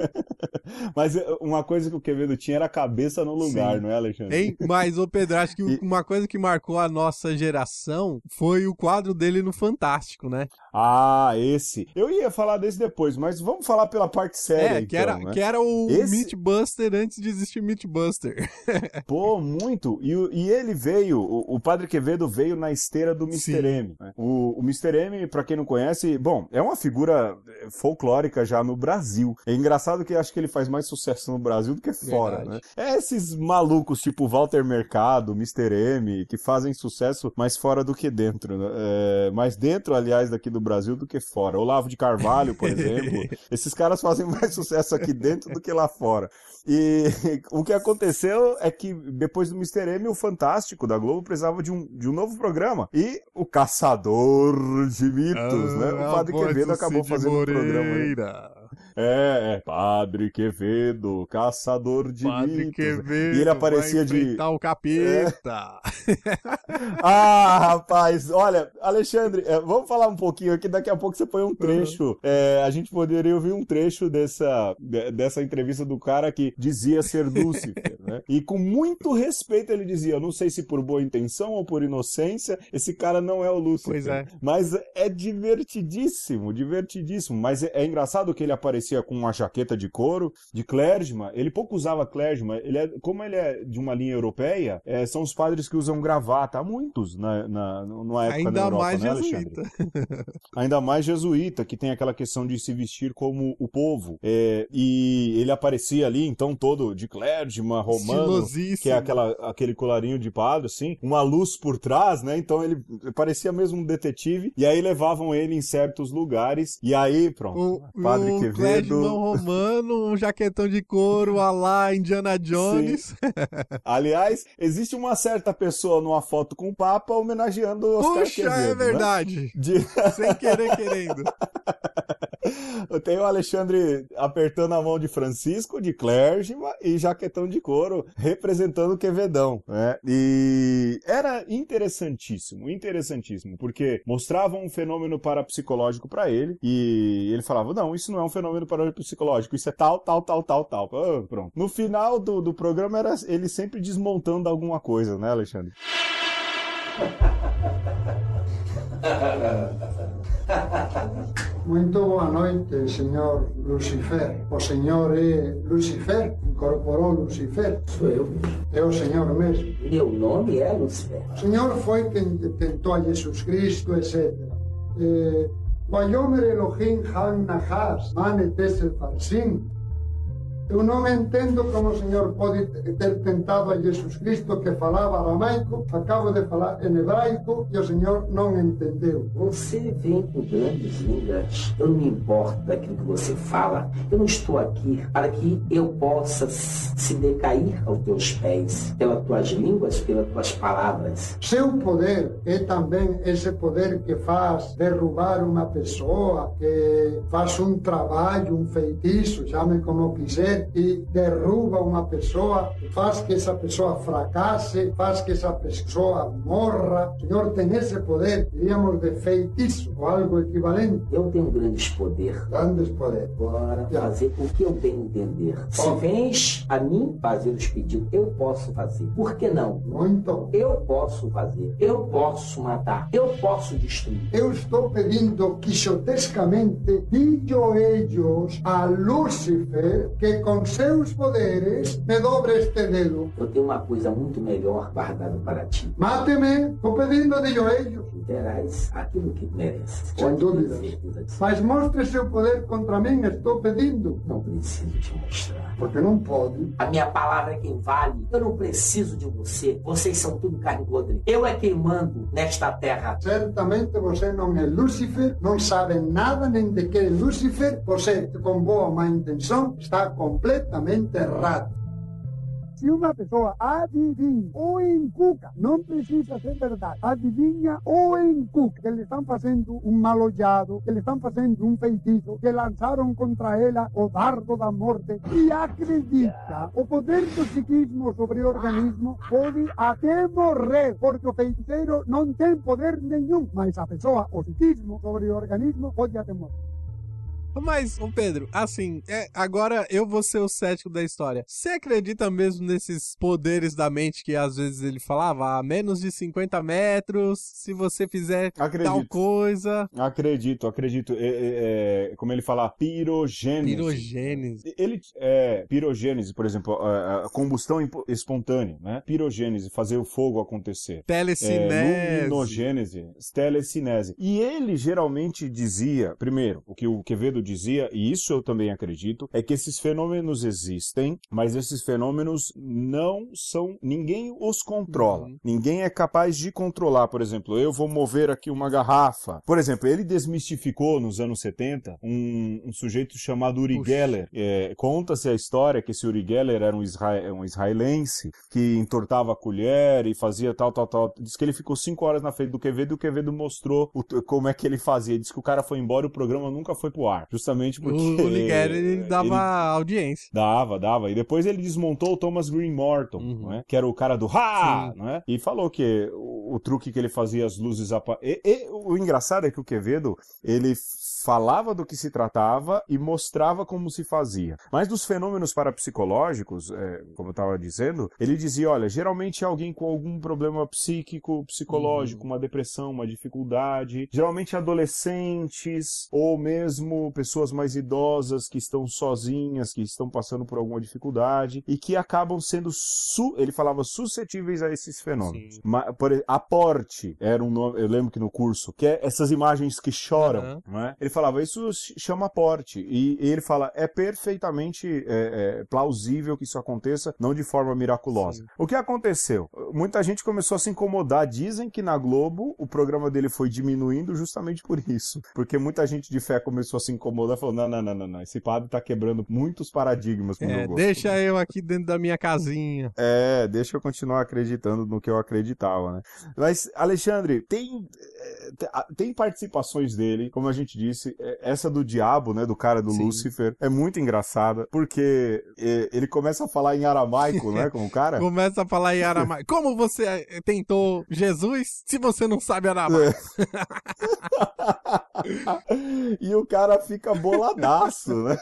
Mas eh, uma coisa que o Quevedo tinha era a cabeça no lugar, Sim. não é, Alexandre? Hein? Mas, ô Pedro, acho que E- uma coisa que marcou a nossa geração foi o quadro dele no Fantástico, né? Ah, esse. Eu ia falar desse depois, mas vamos falar pela parte séria, É, então, que era, né? que era o Esse- Mythbuster antes de existir Mythbuster. Pô, muito. E, o- e ele veio, o, o Padre Quevedo veio na esteira do mister Sim. M. Né? O, o mister M, pra quem não conhece, bom, é uma figura eh, folclórica já no Brasil. É engraçado que eu acho que ele faz mais sucesso no Brasil do que fora, Verdade. né? É esses malucos tipo Walter Mercado, mister M, que fazem sucesso mais fora do que dentro, né? É, mais dentro, aliás, daqui do Brasil do que fora. Olavo de Carvalho, por exemplo, esses caras fazem mais sucesso aqui dentro do que lá fora. E o que aconteceu é que depois do mister M, o Fantástico da Globo precisava de um, de um novo programa. E o Caçador de Mitos, né? O Padre Quevedo acabou fazendo um programa aí. É, é, Padre Quevedo, Caçador de Padre Mitos. Quevedo E ele aparecia vai de... enfrentar o capeta. Ah, rapaz, olha, Alexandre, é, vamos falar um pouquinho aqui, daqui a pouco você põe um trecho, é, a gente poderia ouvir um trecho dessa, de- dessa entrevista do cara que dizia ser Lúcifer, né? E com muito respeito ele dizia, eu não sei se por boa intenção ou por inocência, esse cara não é o Lúcifer. Pois é. Mas é divertidíssimo, divertidíssimo, mas é, é engraçado que ele aparecia com uma jaqueta de couro, de clergyman, ele pouco usava clergyman, ele é, como ele é de uma linha europeia, é, são os padres que usam gravata, há muitos na, na, numa época na Ainda Europa, mais né, Alexandre? jesuíta. Ainda mais jesuíta, que tem aquela questão de se vestir como o povo. É, e ele aparecia ali, então, todo de clergyman, romano, Estilosíssimo. que é aquela, aquele colarinho de padre, assim, uma luz por trás, né? Então ele parecia mesmo um detetive, e aí levavam ele em certos lugares, e aí, pronto, O, Padre o Quevedo... clergyman romano, um jaquetão de couro, a lá Indiana Jones. Aliás, existe uma certa pessoa numa foto com o Papa homenageando o Oscar Puxa, Quevedo, é né? verdade. De... Sem querer, querendo. Eu tenho o Alexandre apertando a mão de Francisco, de clergyman e jaquetão de couro, representando o Quevedão, né? E era interessantíssimo, interessantíssimo, porque mostravam um fenômeno parapsicológico para ele, e ele falava, não, isso não é um fenômeno parapsicológico, isso é tal, tal, tal, tal, tal. Ah, pronto. No final do, do programa era ele sempre desmontando alguma coisa, né, Alexandre? Muito boa noite, senhor Lucifer. O senhor é Lucifer? Incorporou Lucifer? Sou eu mesmo. É o senhor mesmo. Meu nome é Lucifer. O senhor foi quem tentou a Jesus Cristo, etcétera. Eh, Wayomer Elohim Han Nahas, Mane Tesel Farsim. Eu não entendo como o senhor pode ter tentado a Jesus Cristo que falava aramaico, acabo de falar em hebraico e o senhor não entendeu. Você vem com grandes línguas. Eu não me importo daquilo que você fala. Eu não estou aqui para que eu possa se decair aos teus pés, pelas tuas línguas, pelas tuas palavras. Seu poder é também esse poder que faz derrubar uma pessoa, que faz um trabalho, um feitiço, chame como quiser, poder que derruba uma pessoa, faz que essa pessoa fracasse, faz que essa pessoa morra. O Senhor tem esse poder, diríamos, de feitiço ou algo equivalente. Eu tenho grandes poderes. Grandes poderes. Para fazer o que eu bem entender. Se vens a mim fazer os pedidos, eu posso fazer. Por que não? Muito. Eu posso fazer. Eu posso matar. Eu posso destruir. Eu estou pedindo quixotescamente de joelhos a Lúcifer que com seus poderes me dobre este dedo. Eu tenho uma coisa muito melhor guardada para ti. Mate-me, estou pedindo de joelhos. E terás aquilo que mereces. Sem dúvida. Mas mostre seu poder contra mim, estou pedindo. Não preciso te mostrar. Porque não pode. A minha palavra é quem vale. Eu não preciso de você. Vocês são tudo carne podre. Eu é quem mando nesta terra. Certamente você não é Lúcifer, não sabe nada nem de que é Lúcifer. Você, com boa ou má intenção, está completamente errado. Se uma pessoa adivinha ou encuca, não precisa ser verdade, adivinha ou encuca que eles estão fazendo um malojado, que eles estão fazendo um feitiço, que lançaram contra ela o dardo da morte e acredita, o poder do psiquismo sobre o organismo pode até morrer, porque o feiticeiro não tem poder nenhum, mas a pessoa, o psiquismo sobre o organismo pode até morrer. Mas, ô Pedro, assim, é, agora eu vou ser o cético da história. Você acredita mesmo nesses poderes da mente que às vezes ele falava? A menos de cinquenta metros, se você fizer acredito. tal coisa... Acredito, acredito. É, é, é, como ele fala, pirogênese. Pirogênese. Ele, é, pirogênese, por exemplo, a, a combustão espontânea, né? Pirogênese, fazer o fogo acontecer. Telecinese. É, luminogênese, telecinese. E ele geralmente dizia, primeiro, o que o Quevedo dizia, e isso eu também acredito, é que esses fenômenos existem, mas esses fenômenos não são... Ninguém os controla. Uhum. Ninguém é capaz de controlar. Por exemplo, eu vou mover aqui uma garrafa. Por exemplo, ele desmistificou nos anos setenta um, um sujeito chamado Uri Puxa. Geller. É, conta-se a história que esse Uri Geller era um, isra um israelense que entortava a colher e fazia tal, tal, tal. Diz que ele ficou cinco horas na frente do Quevedo e o Quevedo mostrou o, como é que ele fazia. Diz que o cara foi embora e o programa nunca foi pro ar. Justamente porque... O Liguer, ele dava ele audiência. Dava, dava. E depois ele desmontou o Thomas Green Morton, uhum. não é? Que era o cara do Ha! Não é? E falou que o, o truque que ele fazia, as luzes... Apa... E, e, o engraçado é que o Quevedo, ele falava do que se tratava e mostrava como se fazia. Mas dos fenômenos parapsicológicos, é, como eu estava dizendo, ele dizia, olha, geralmente é alguém com algum problema psíquico, psicológico, uhum. uma depressão, uma dificuldade, geralmente adolescentes ou mesmo pessoas mais idosas que estão sozinhas, que estão passando por alguma dificuldade e que acabam sendo, su ele falava, suscetíveis a esses fenômenos. Ma por exemplo, aporte era um nome, eu lembro que no curso, que é essas imagens que choram, uhum. não é? Ele falava, isso chama aporte. E, e ele fala, é perfeitamente é, é, plausível que isso aconteça, não de forma miraculosa. Sim. O que aconteceu? Muita gente começou a se incomodar. Dizem que na Globo o programa dele foi diminuindo justamente por isso. Porque muita gente de fé começou a se incomodar e falou, não, não, não, não, não, esse padre tá quebrando muitos paradigmas pro é, meu gosto. Deixa eu aqui dentro da minha casinha. É, deixa eu continuar acreditando no que eu acreditava, né? Mas, Alexandre, tem, tem participações dele, como a gente disse, essa do diabo, né, do cara do Sim. Lúcifer, é muito engraçada, porque ele começa a falar em aramaico, né, com o cara. Começa a falar em aramaico. Como você tentou Jesus se você não sabe aramaico? É. E o cara fica boladaço, né?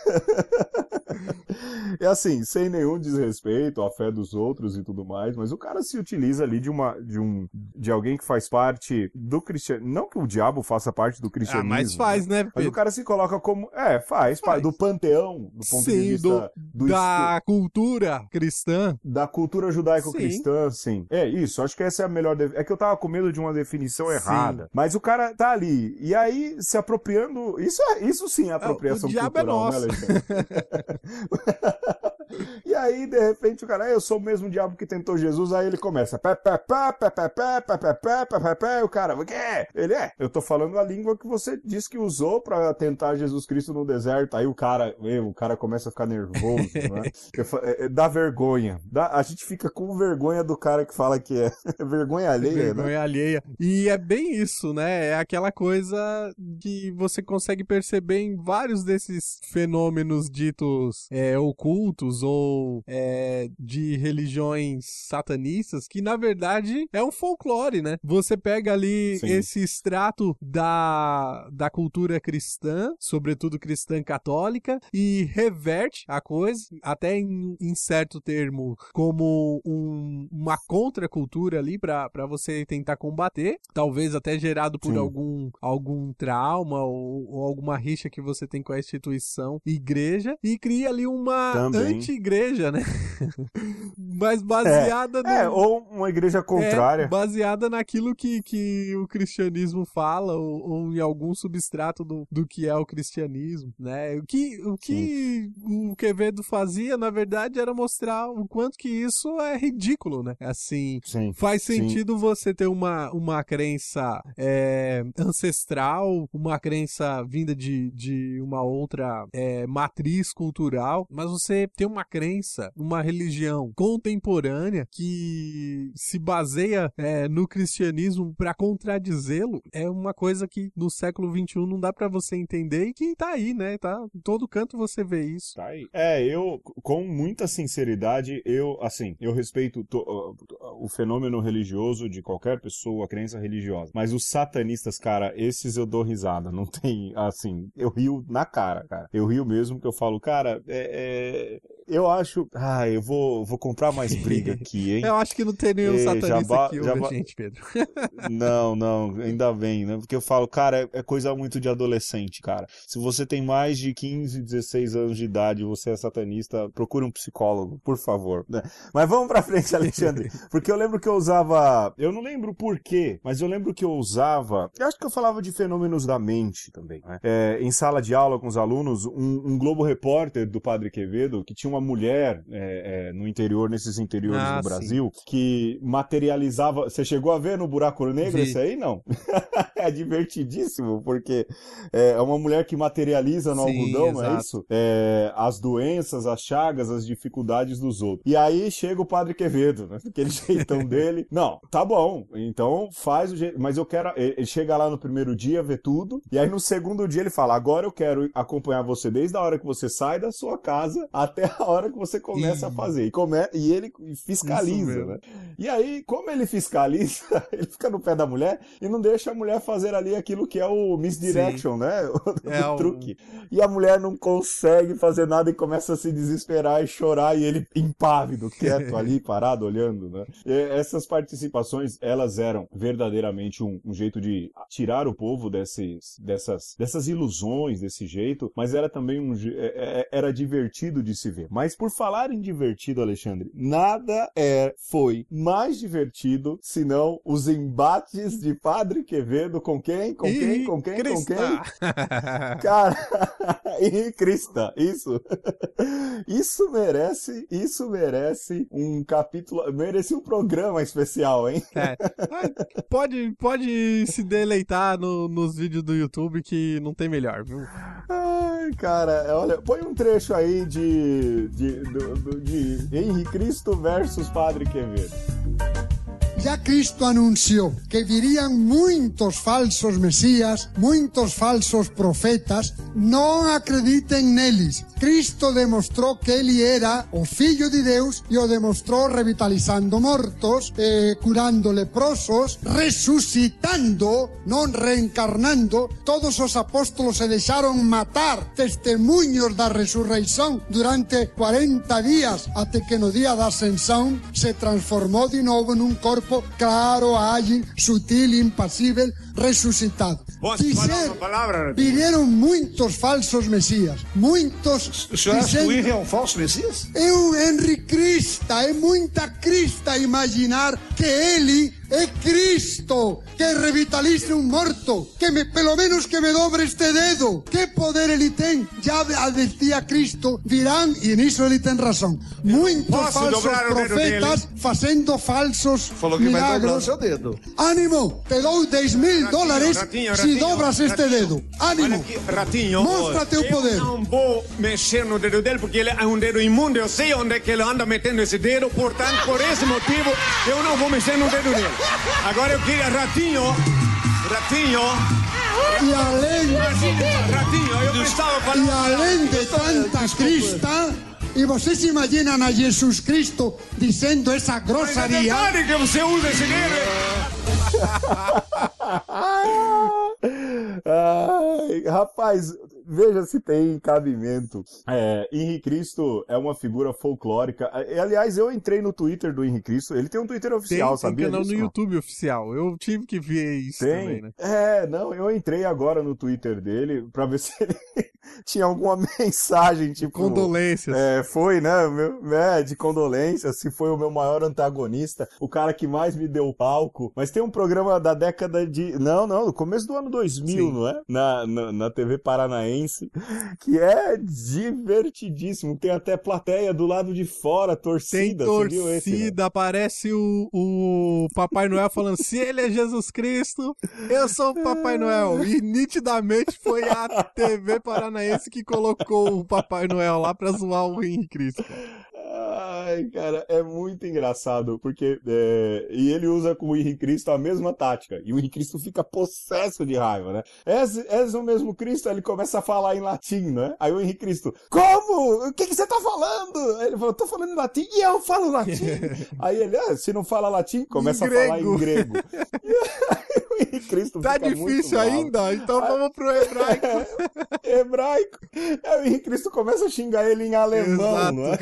É assim, sem nenhum desrespeito à fé dos outros e tudo mais, mas o cara se utiliza ali de uma de um de alguém que faz parte do cristianismo, não que o diabo faça parte do cristianismo. Ah, mas faz, né? Mas o cara se coloca como, é, faz, faz. do panteão, do ponto sim, de vista do, do da estu... cultura cristã. Da cultura judaico-cristã, sim. sim. É isso, acho que essa é a melhor, de... é que eu tava com medo de uma definição sim. errada, mas o cara tá ali, e aí se apropriando, isso, é, isso sim é apropriação o diabo cultural, é nosso. né, Alexandre? E aí, de repente, o cara, eu sou o mesmo diabo que tentou Jesus, aí ele começa, pé, pé, pé, pé, pé, pé, pé, pé, pé, pé, pé, pé, o cara, o quê? Ele é, eu tô falando a língua que você disse que usou pra tentar Jesus Cristo no deserto, aí o cara, meu, o cara começa a ficar nervoso, né? É, é, dá vergonha, dá, a gente fica com vergonha do cara que fala que é vergonha alheia, vergonha né? alheia, e é bem isso, né, é aquela coisa que você consegue perceber em vários desses fenômenos ditos é, ocultos ou é, de religiões satanistas, que na verdade é um folclore, né? Você pega ali Sim. esse extrato da, da cultura cristã, sobretudo cristã católica, e reverte a coisa, até em, em certo termo, como um, uma contracultura ali para você tentar combater, talvez até gerado por algum, algum trauma ou, ou alguma rixa que você tem com a instituição igreja, e cria ali uma Também. anti-igreja, né? Mas baseada é, no... É, ou uma igreja contrária. É, baseada naquilo que, que o cristianismo fala, ou, ou em algum substrato do, do que é o cristianismo, né? O que, o que o Quevedo fazia, na verdade, era mostrar o quanto que isso é ridículo, né? Assim, Sim. faz sentido Sim. você ter uma, uma crença é, ancestral, uma crença vinda de, de uma outra é, matriz cultural, mas você tem uma crença, uma religião contemporânea que se baseia é, no cristianismo para contradizê-lo, é uma coisa que no século vinte e um não dá para você entender e que tá aí, né? Tá, em todo canto você vê isso. Tá aí. É, eu, com muita sinceridade, eu, assim, eu respeito to, uh, o fenômeno religioso de qualquer pessoa, a crença religiosa, mas os satanistas, cara, esses eu dou risada, não tem, assim, eu rio na cara, cara. Eu rio mesmo, que eu falo, cara, é... é... eu acho... Ah, eu vou, vou comprar mais briga aqui, hein? Eu acho que não tem nenhum é, satanista ba... aqui, ouve a gente, Pedro. Não, não, ainda bem, né? Porque eu falo, cara, é, é coisa muito de adolescente, cara. Se você tem mais de quinze, dezesseis anos de idade e você é satanista, procure um psicólogo, por favor, né? Mas vamos pra frente, Alexandre. Porque eu lembro que eu usava... Eu não lembro por quê, mas eu lembro que eu usava... Eu acho que eu falava de fenômenos da mente também, né? É, em sala de aula com os alunos, um, um Globo Repórter do Padre Quevedo, que tinha uma mulher é, é, no interior, nesses interiores ah, do Brasil, sim. que materializava... Você chegou a ver no Buraco Negro Vi. Esse aí? Não. É divertidíssimo, porque é uma mulher que materializa no sim, algodão, exato. Não é isso? É, as doenças, as chagas, as dificuldades dos outros. E aí chega o Padre Quevedo, né? Aquele jeitão dele. Não, tá bom, então faz o jeito, mas eu quero... Ele chega lá no primeiro dia, vê tudo, e aí no segundo dia ele fala, agora eu quero acompanhar você desde a hora que você sai da sua casa até a hora que você começa e... a fazer. E, come... e ele fiscaliza, né? E aí, como ele fiscaliza, ele fica no pé da mulher e não deixa a mulher fazer ali aquilo que é o misdirection, Sim. né? O, é o truque. E a mulher não consegue fazer nada e começa a se desesperar e chorar, e ele impávido, quieto ali, parado, olhando, né? E essas participações, elas eram verdadeiramente um, um jeito de tirar o povo desses, dessas, dessas ilusões, desse jeito, mas era também um... era divertido de se ver. Mas por falar em divertido, Alexandre, nada é, foi mais divertido senão os embates de Padre Quevedo com quem? Com quem? Com quem? Com quem? Cara, e Crista, isso. Isso merece, isso merece um capítulo, merece um programa especial, hein? É. Pode, pode se deleitar no, nos vídeos do YouTube que não tem melhor, viu? Ai, cara, olha, põe um trecho aí de, de, de, de, de Henrique Cristo versus Padre Quevedo. Ya Cristo anunció que virían muitos falsos mesías, muitos falsos profetas. Não acreditem neles. Cristo demostrou que ele era o Filho de Deus e o demostrou revitalizando mortos, eh, curando leprosos, resucitando, não reencarnando. Todos os apóstolos se deixaram matar, testemunhos da ressurreição durante quarenta dias, até que no dia da ascensão se transformou de novo num corpo claro, ágil, sutil, impassível, ressuscitado. Dizer, vieram muitos falsos messias, muitos... O senhor acha que o Henry é um falso messias? É um Henry Crista, é muita crista imaginar que ele é Cristo que revitaliza um morto, que me, pelo menos que me dobre este dedo. Que poder ele tem? Já dizia Cristo, virão, e nisso ele tem razão, muitos falsos profetas fazendo falsos Falou que vai dobrar o milagros. seu dedo. Ánimo, te dou dez mil dólares Ratinho, se Ratinho, dobras este dedo. Olha Ánimo, aqui, Ratinho, mostra teu poder. eu não vou mexer no dedo dele porque ele é um dedo imundo. Eu sei onde é que ele anda metendo esse dedo, portanto, por esse motivo, eu não vou mexer no dedo dele. Agora eu queria, Ratinho, Ratinho, e além, Ratinho, eu estava e falando... além de tanta crista, e vocês se imaginam a Jesus Cristo dizendo essa Mas é grossaria? verdade que você usa esse dedo. Ai, rapaz, veja se tem cabimento. É, Henri Cristo é uma figura folclórica. Aliás, eu entrei no Twitter do Henri Cristo. Ele tem um Twitter oficial, tem, sabia tem canal disso? no Não? YouTube oficial. Eu tive que ver isso Tem? também, né? É, não, eu entrei agora no Twitter dele pra ver se ele tinha alguma mensagem, tipo... Condolências. É, foi, né, meu, é, de condolências, se foi o meu maior antagonista, o cara que mais me deu palco. Mas tem um programa da década de... Não, não, do começo do ano dois mil, Sim. não é? Na, na, na T V Paranaense, que é divertidíssimo. Tem até plateia do lado de fora, Tem torcida, você viu esse, né? torcida, aparece o, o Papai Noel falando, se ele é Jesus Cristo, eu sou o Papai Noel. E nitidamente foi a T V Paranaense que colocou o Papai Noel lá pra zoar o Henri Cristo. Ai, cara, é muito engraçado, porque é, e ele usa com o Henri Cristo a mesma tática, e o Henri Cristo fica possesso de raiva, né? És, és o mesmo Cristo, aí ele começa a falar em latim, né? Aí o Henri Cristo, como? O que, que você tá falando? Aí ele falou, tô falando em latim, e eu falo latim. Aí ele, ah, se não fala latim, começa Em a falar grego. em grego. O Henri Cristo Tá fica muito difícil bravo. ainda? Então vamos pro hebraico. Hebraico. Aí o Henri Cristo começa a xingar ele em alemão, Exato. não é?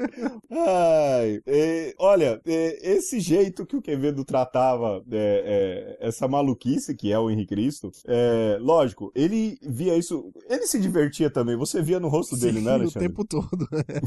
Ai, é, olha, é, esse jeito que o Quevedo tratava é, é, essa maluquice que é o Henri Cristo, é, lógico, ele via isso, ele se divertia também, você via no rosto dele, Sim, né, o Alexandre? tempo todo.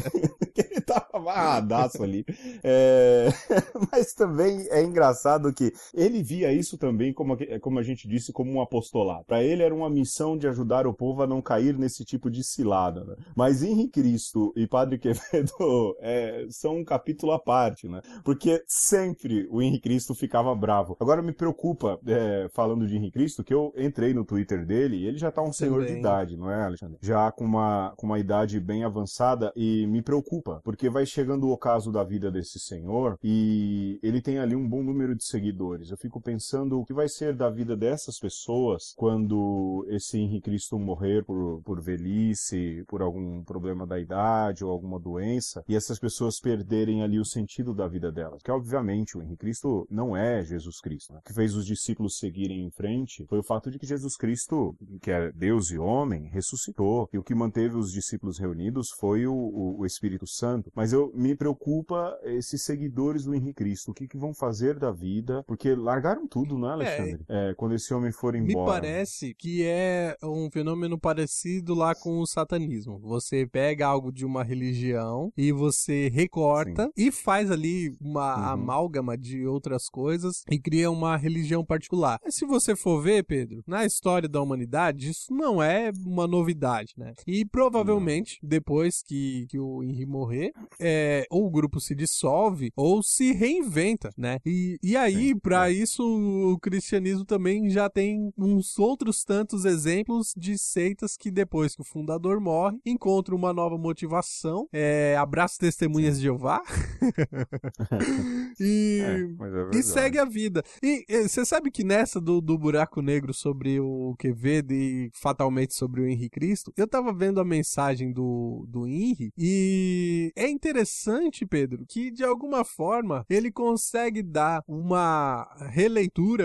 Ele tava amarradaço ali. É, mas também é engraçado que ele via isso também, como, como a gente disse, como um apostolado. Para ele era uma missão de ajudar o povo a não cair nesse tipo de cilada, né? Mas Henri Cristo e Padre Quevedo é, são um capítulo à parte, né? Porque sempre o Henri Cristo ficava bravo. Agora me preocupa, é, falando de Henri Cristo, que eu entrei no Twitter dele e ele já tá um senhor Também. de idade, não é, Alexandre? Já com uma, com uma idade bem avançada e me preocupa, porque vai chegando o ocaso da vida desse senhor e ele tem ali um bom número de seguidores. Eu fico pensando o que vai ser da vida dessas pessoas quando esse Henri Cristo morrer por, por velhice, por algum problema da idade ou alguma doença, e essas pessoas perderem ali o sentido da vida delas. Porque, obviamente, o Henri Cristo não é Jesus Cristo, né? O que fez os discípulos seguirem em frente foi o fato de que Jesus Cristo, que é Deus e homem, ressuscitou. E o que manteve os discípulos reunidos foi o, o, o Espírito Santo. Mas eu me preocupa esses seguidores do Henri Cristo. O que, que vão fazer da vida? Porque largaram tudo, né, Alexandre? É, quando esse homem for embora. Me parece que é um fenômeno parecido lá com o satanismo. Você pega algo de uma religião e você recorta Sim. e faz ali uma Uhum. amálgama de outras coisas e cria uma religião particular. Mas se você for ver, Pedro, na história da humanidade, isso não é uma novidade, né? E provavelmente, depois que, que o Henri morrer, é, ou o grupo se dissolve ou se reinventa, né? E, e aí, Sim, para é. isso, o cristianismo também já tem uns outros tantos exemplos de seitas que depois que o fundador morre, encontra uma nova motivação, é, abraça testemunhas de Jeová e, É, mas é e verdade. segue a vida. E você sabe que nessa do, do buraco negro sobre o Quevedo e fatalmente sobre o Henri Cristo, eu tava vendo a mensagem do, do Henri e é interessante, Pedro, que de alguma forma ele consegue dar uma releitura pro cristianismo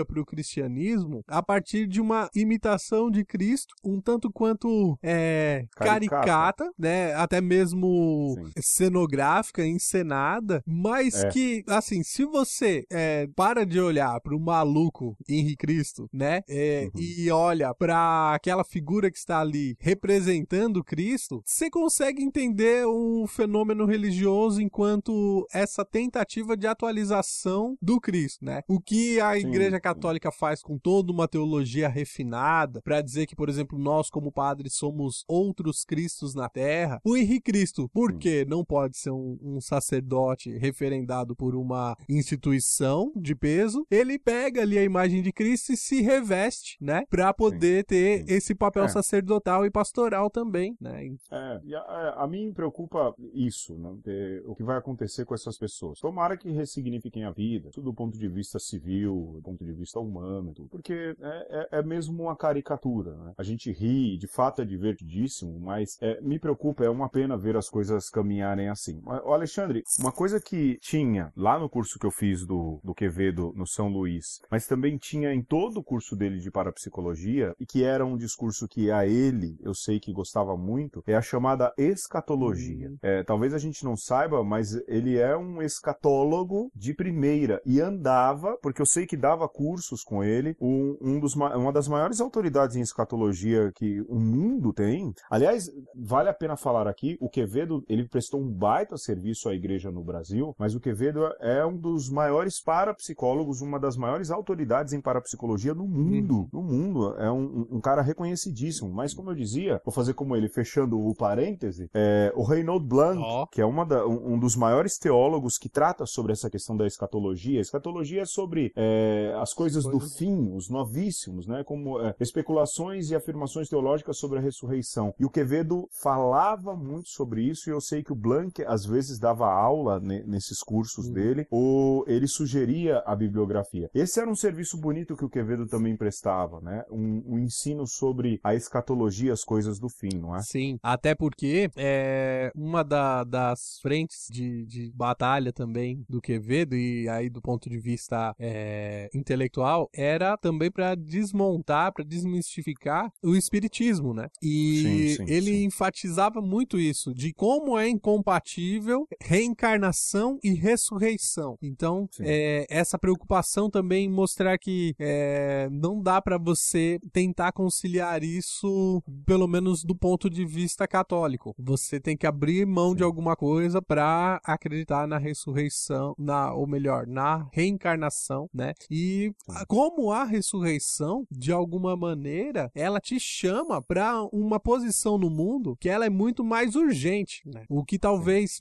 cristianismo a partir de uma imitação de Cristo, um tanto quanto é, caricata. caricata, né? Até mesmo Sim. cenográfica, encenada, mas é. que, assim, se você é, para de olhar para o maluco Henri Cristo, né? É, uhum. E olha para aquela figura que está ali representando Cristo, você consegue entender um fenômeno religioso enquanto essa tentativa de atualização do Cristo, né? O que a sim, Igreja Católica sim. faz com toda uma teologia refinada para dizer que, por exemplo, nós como padres somos outros Cristos na Terra. O Henri Cristo, por que não pode ser um, um sacerdote referendado por uma instituição de peso? Ele pega ali a imagem de Cristo e se reveste, né? Para poder sim, ter sim. esse papel é. sacerdotal e pastoral também, né? É, e a, a mim preocupa isso, né? De, o que vai acontecer com essas pessoas. Tomara que ressignifiquem a vida, tudo do ponto de vista civil, do ponto de vista humano, tudo, porque é, é, é mesmo uma caricatura, né? A gente ri, de fato é divertidíssimo, mas é, me preocupa, é uma pena ver as coisas caminharem assim. Ô Alexandre, uma coisa que tinha lá no curso que eu fiz do, do Quevedo no São Luís, mas também tinha em todo o curso dele de parapsicologia, e que era um discurso que a ele, eu sei que gostava muito, é a chamada escatologia. Uhum. É, talvez a gente não saiba, mas ele é um escatólogo de primeira, e andava, porque eu sei que dava cursos com ele, um, um dos, uma das maiores autoridades em escatologia que o mundo tem. Aliás, vale a pena falar aqui, o Quevedo, ele prestou um baita serviço à igreja no Brasil, mas o Quevedo é um dos maiores parapsicólogos, uma das maiores autoridades em parapsicologia no mundo. No mundo. É um, um cara reconhecidíssimo. Mas, como eu dizia, vou fazer como ele, fechando o parêntese, é, o Reinhold Blanc, oh. que é uma da, um, um dos maiores teólogos que trata sobre essa questão da escatologia. A escatologia é sobre é, as coisas do fim, os novíssimos, né? Como é, especulações e afirmações teológicas sobre a ressurreição. E o Quevedo falava muito sobre isso, e eu sei que o Blanc às vezes dava aula ne, nesses cursos uhum. dele, ou ele sugeria a bibliografia. Esse era um serviço bonito que o Quevedo também prestava, né? Um, um ensino sobre a escatologia, as coisas do fim, não é? Sim, até porque é, uma da, das frentes de, de batalha também do Quevedo, e aí do ponto de vista é, intelectual, era também para desmontar, para desmistificar o espiritismo, né? E sim, sim, ele sim. enfatizava muito isso, de como é incompatível reencarnação e ressurreição. Então, é, essa preocupação também em mostrar que é, não dá para você tentar conciliar isso, pelo menos do ponto de vista católico. Você tem que abrir mão Sim. de alguma coisa para acreditar na ressurreição, na, ou melhor, na reencarnação, né? E Sim. como a ressurreição, de alguma maneira, ela te chama para uma posição no mundo que ela é muito mais urgente, né? O que talvez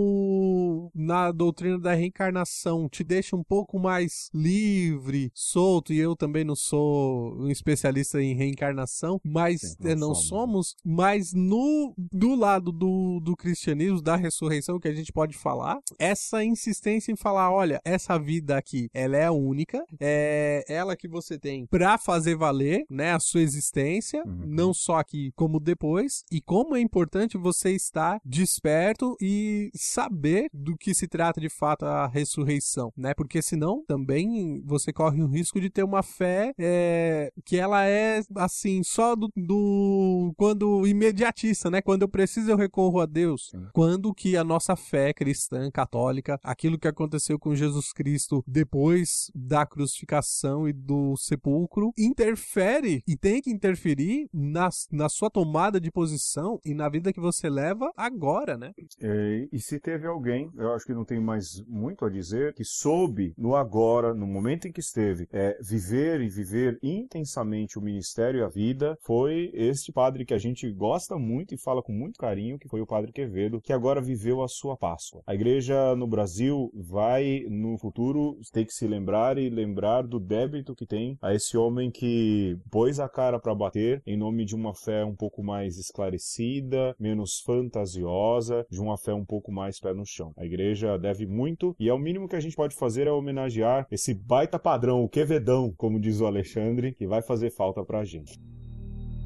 no, na doutrina da reencarnação te deixa um pouco mais livre, solto, e eu também não sou um especialista em reencarnação, mas Sim, não, é, não somos. somos, mas no do lado do, do cristianismo, da ressurreição, que a gente pode falar, essa insistência em falar, olha, essa vida aqui, ela é única, é ela que você tem pra fazer valer, né, a sua existência, uhum. não só aqui como depois, e como é importante você estar desperto e saber do que se trata de fato a ressurreição, né, porque senão também você corre o risco de ter uma fé é, que ela é assim, só do, do quando imediatista, né, quando eu preciso eu recorro a Deus, Sim. quando que a nossa fé cristã, católica, aquilo que aconteceu com Jesus Cristo depois da crucificação e do sepulcro, interfere e tem que interferir na, na sua tomada de posição e na vida que você leva agora, né? É, e se teve alguém, eu acho que não tem mais muito a dizer, que soube no agora, no momento em que esteve, é, viver e viver intensamente o ministério e a vida, foi este padre que a gente gosta muito e fala com muito carinho, que foi o Padre Quevedo, que agora viveu a sua Páscoa. A igreja no Brasil vai, no futuro, ter que se lembrar e lembrar do débito que tem a esse homem que pôs a cara para bater em nome de uma fé um pouco mais esclarecida, menos fantasiosa, de uma fé um pouco mais pé no chão. A igreja deve muito, e é o mínimo que a gente pode fazer é homenagear esse baita padrão, o Quevedão, como diz o Alexandre, que vai fazer falta pra gente.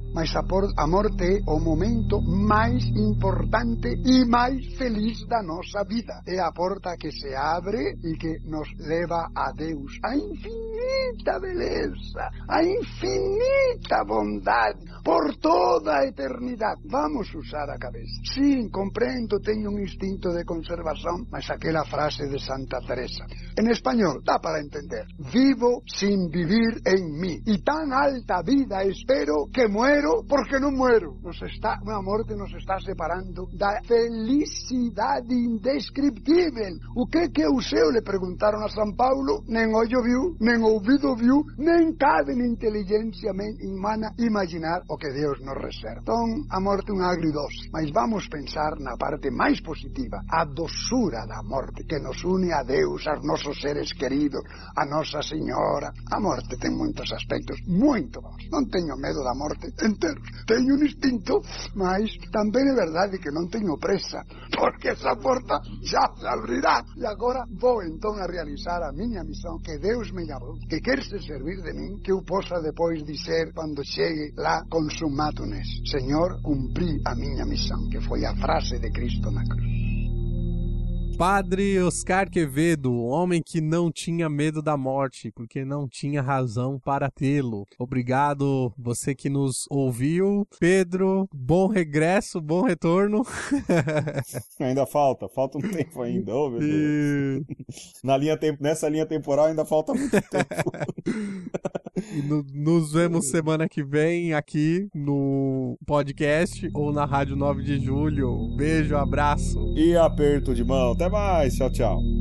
mas a, por, a morte é o momento mais importante e mais feliz da nossa vida. É a porta que se abre e que nos leva a Deus, a infinita beleza, a infinita bondade, por toda a eternidade. Vamos usar a cabeça. Sim, compreendo, tenho um instinto de conservação, mas aquela frase de Santa Teresa, em espanhol, dá para entender. Vivo sin vivir en mí, e tan alta vida espero que muero porque não muero. Nos está, a morte nos está separando da felicidade indescriptível. O que que o céu, lhe perguntaram a São Paulo, nem olho viu, nem ouvido viu, nem cabe na inteligência humana imaginar o que Deus nos reserva. Então, a morte é um agridoce, mas vamos pensar na parte mais positiva, a doçura da morte, que nos une a Deus, aos nossos seres queridos, a Nossa Senhora. A morte tem muitos aspectos muito bons. Não tenho medo da morte inteiro. Tenho um instinto, mas também é verdade que não tenho pressa, porque essa porta já se abrirá. E agora vou então a realizar a minha missão, que Deus me chamou, que quer se servir de mim, que eu possa depois dizer, quando chegue lá, consumatum est. Senhor, cumpri a minha missão, que foi a frase de Cristo na cruz. Padre Oscar Quevedo, homem que não tinha medo da morte, porque não tinha razão para tê-lo. Obrigado você que nos ouviu. Pedro, bom regresso, bom retorno. Ainda falta, falta um tempo ainda, oh, meu Deus. Na linha temp- nessa linha temporal ainda falta muito tempo. E no, nos vemos semana que vem aqui no podcast ou na Rádio nove de Julho. Beijo, abraço. E aperto de mão. Até mais. Tchau, tchau.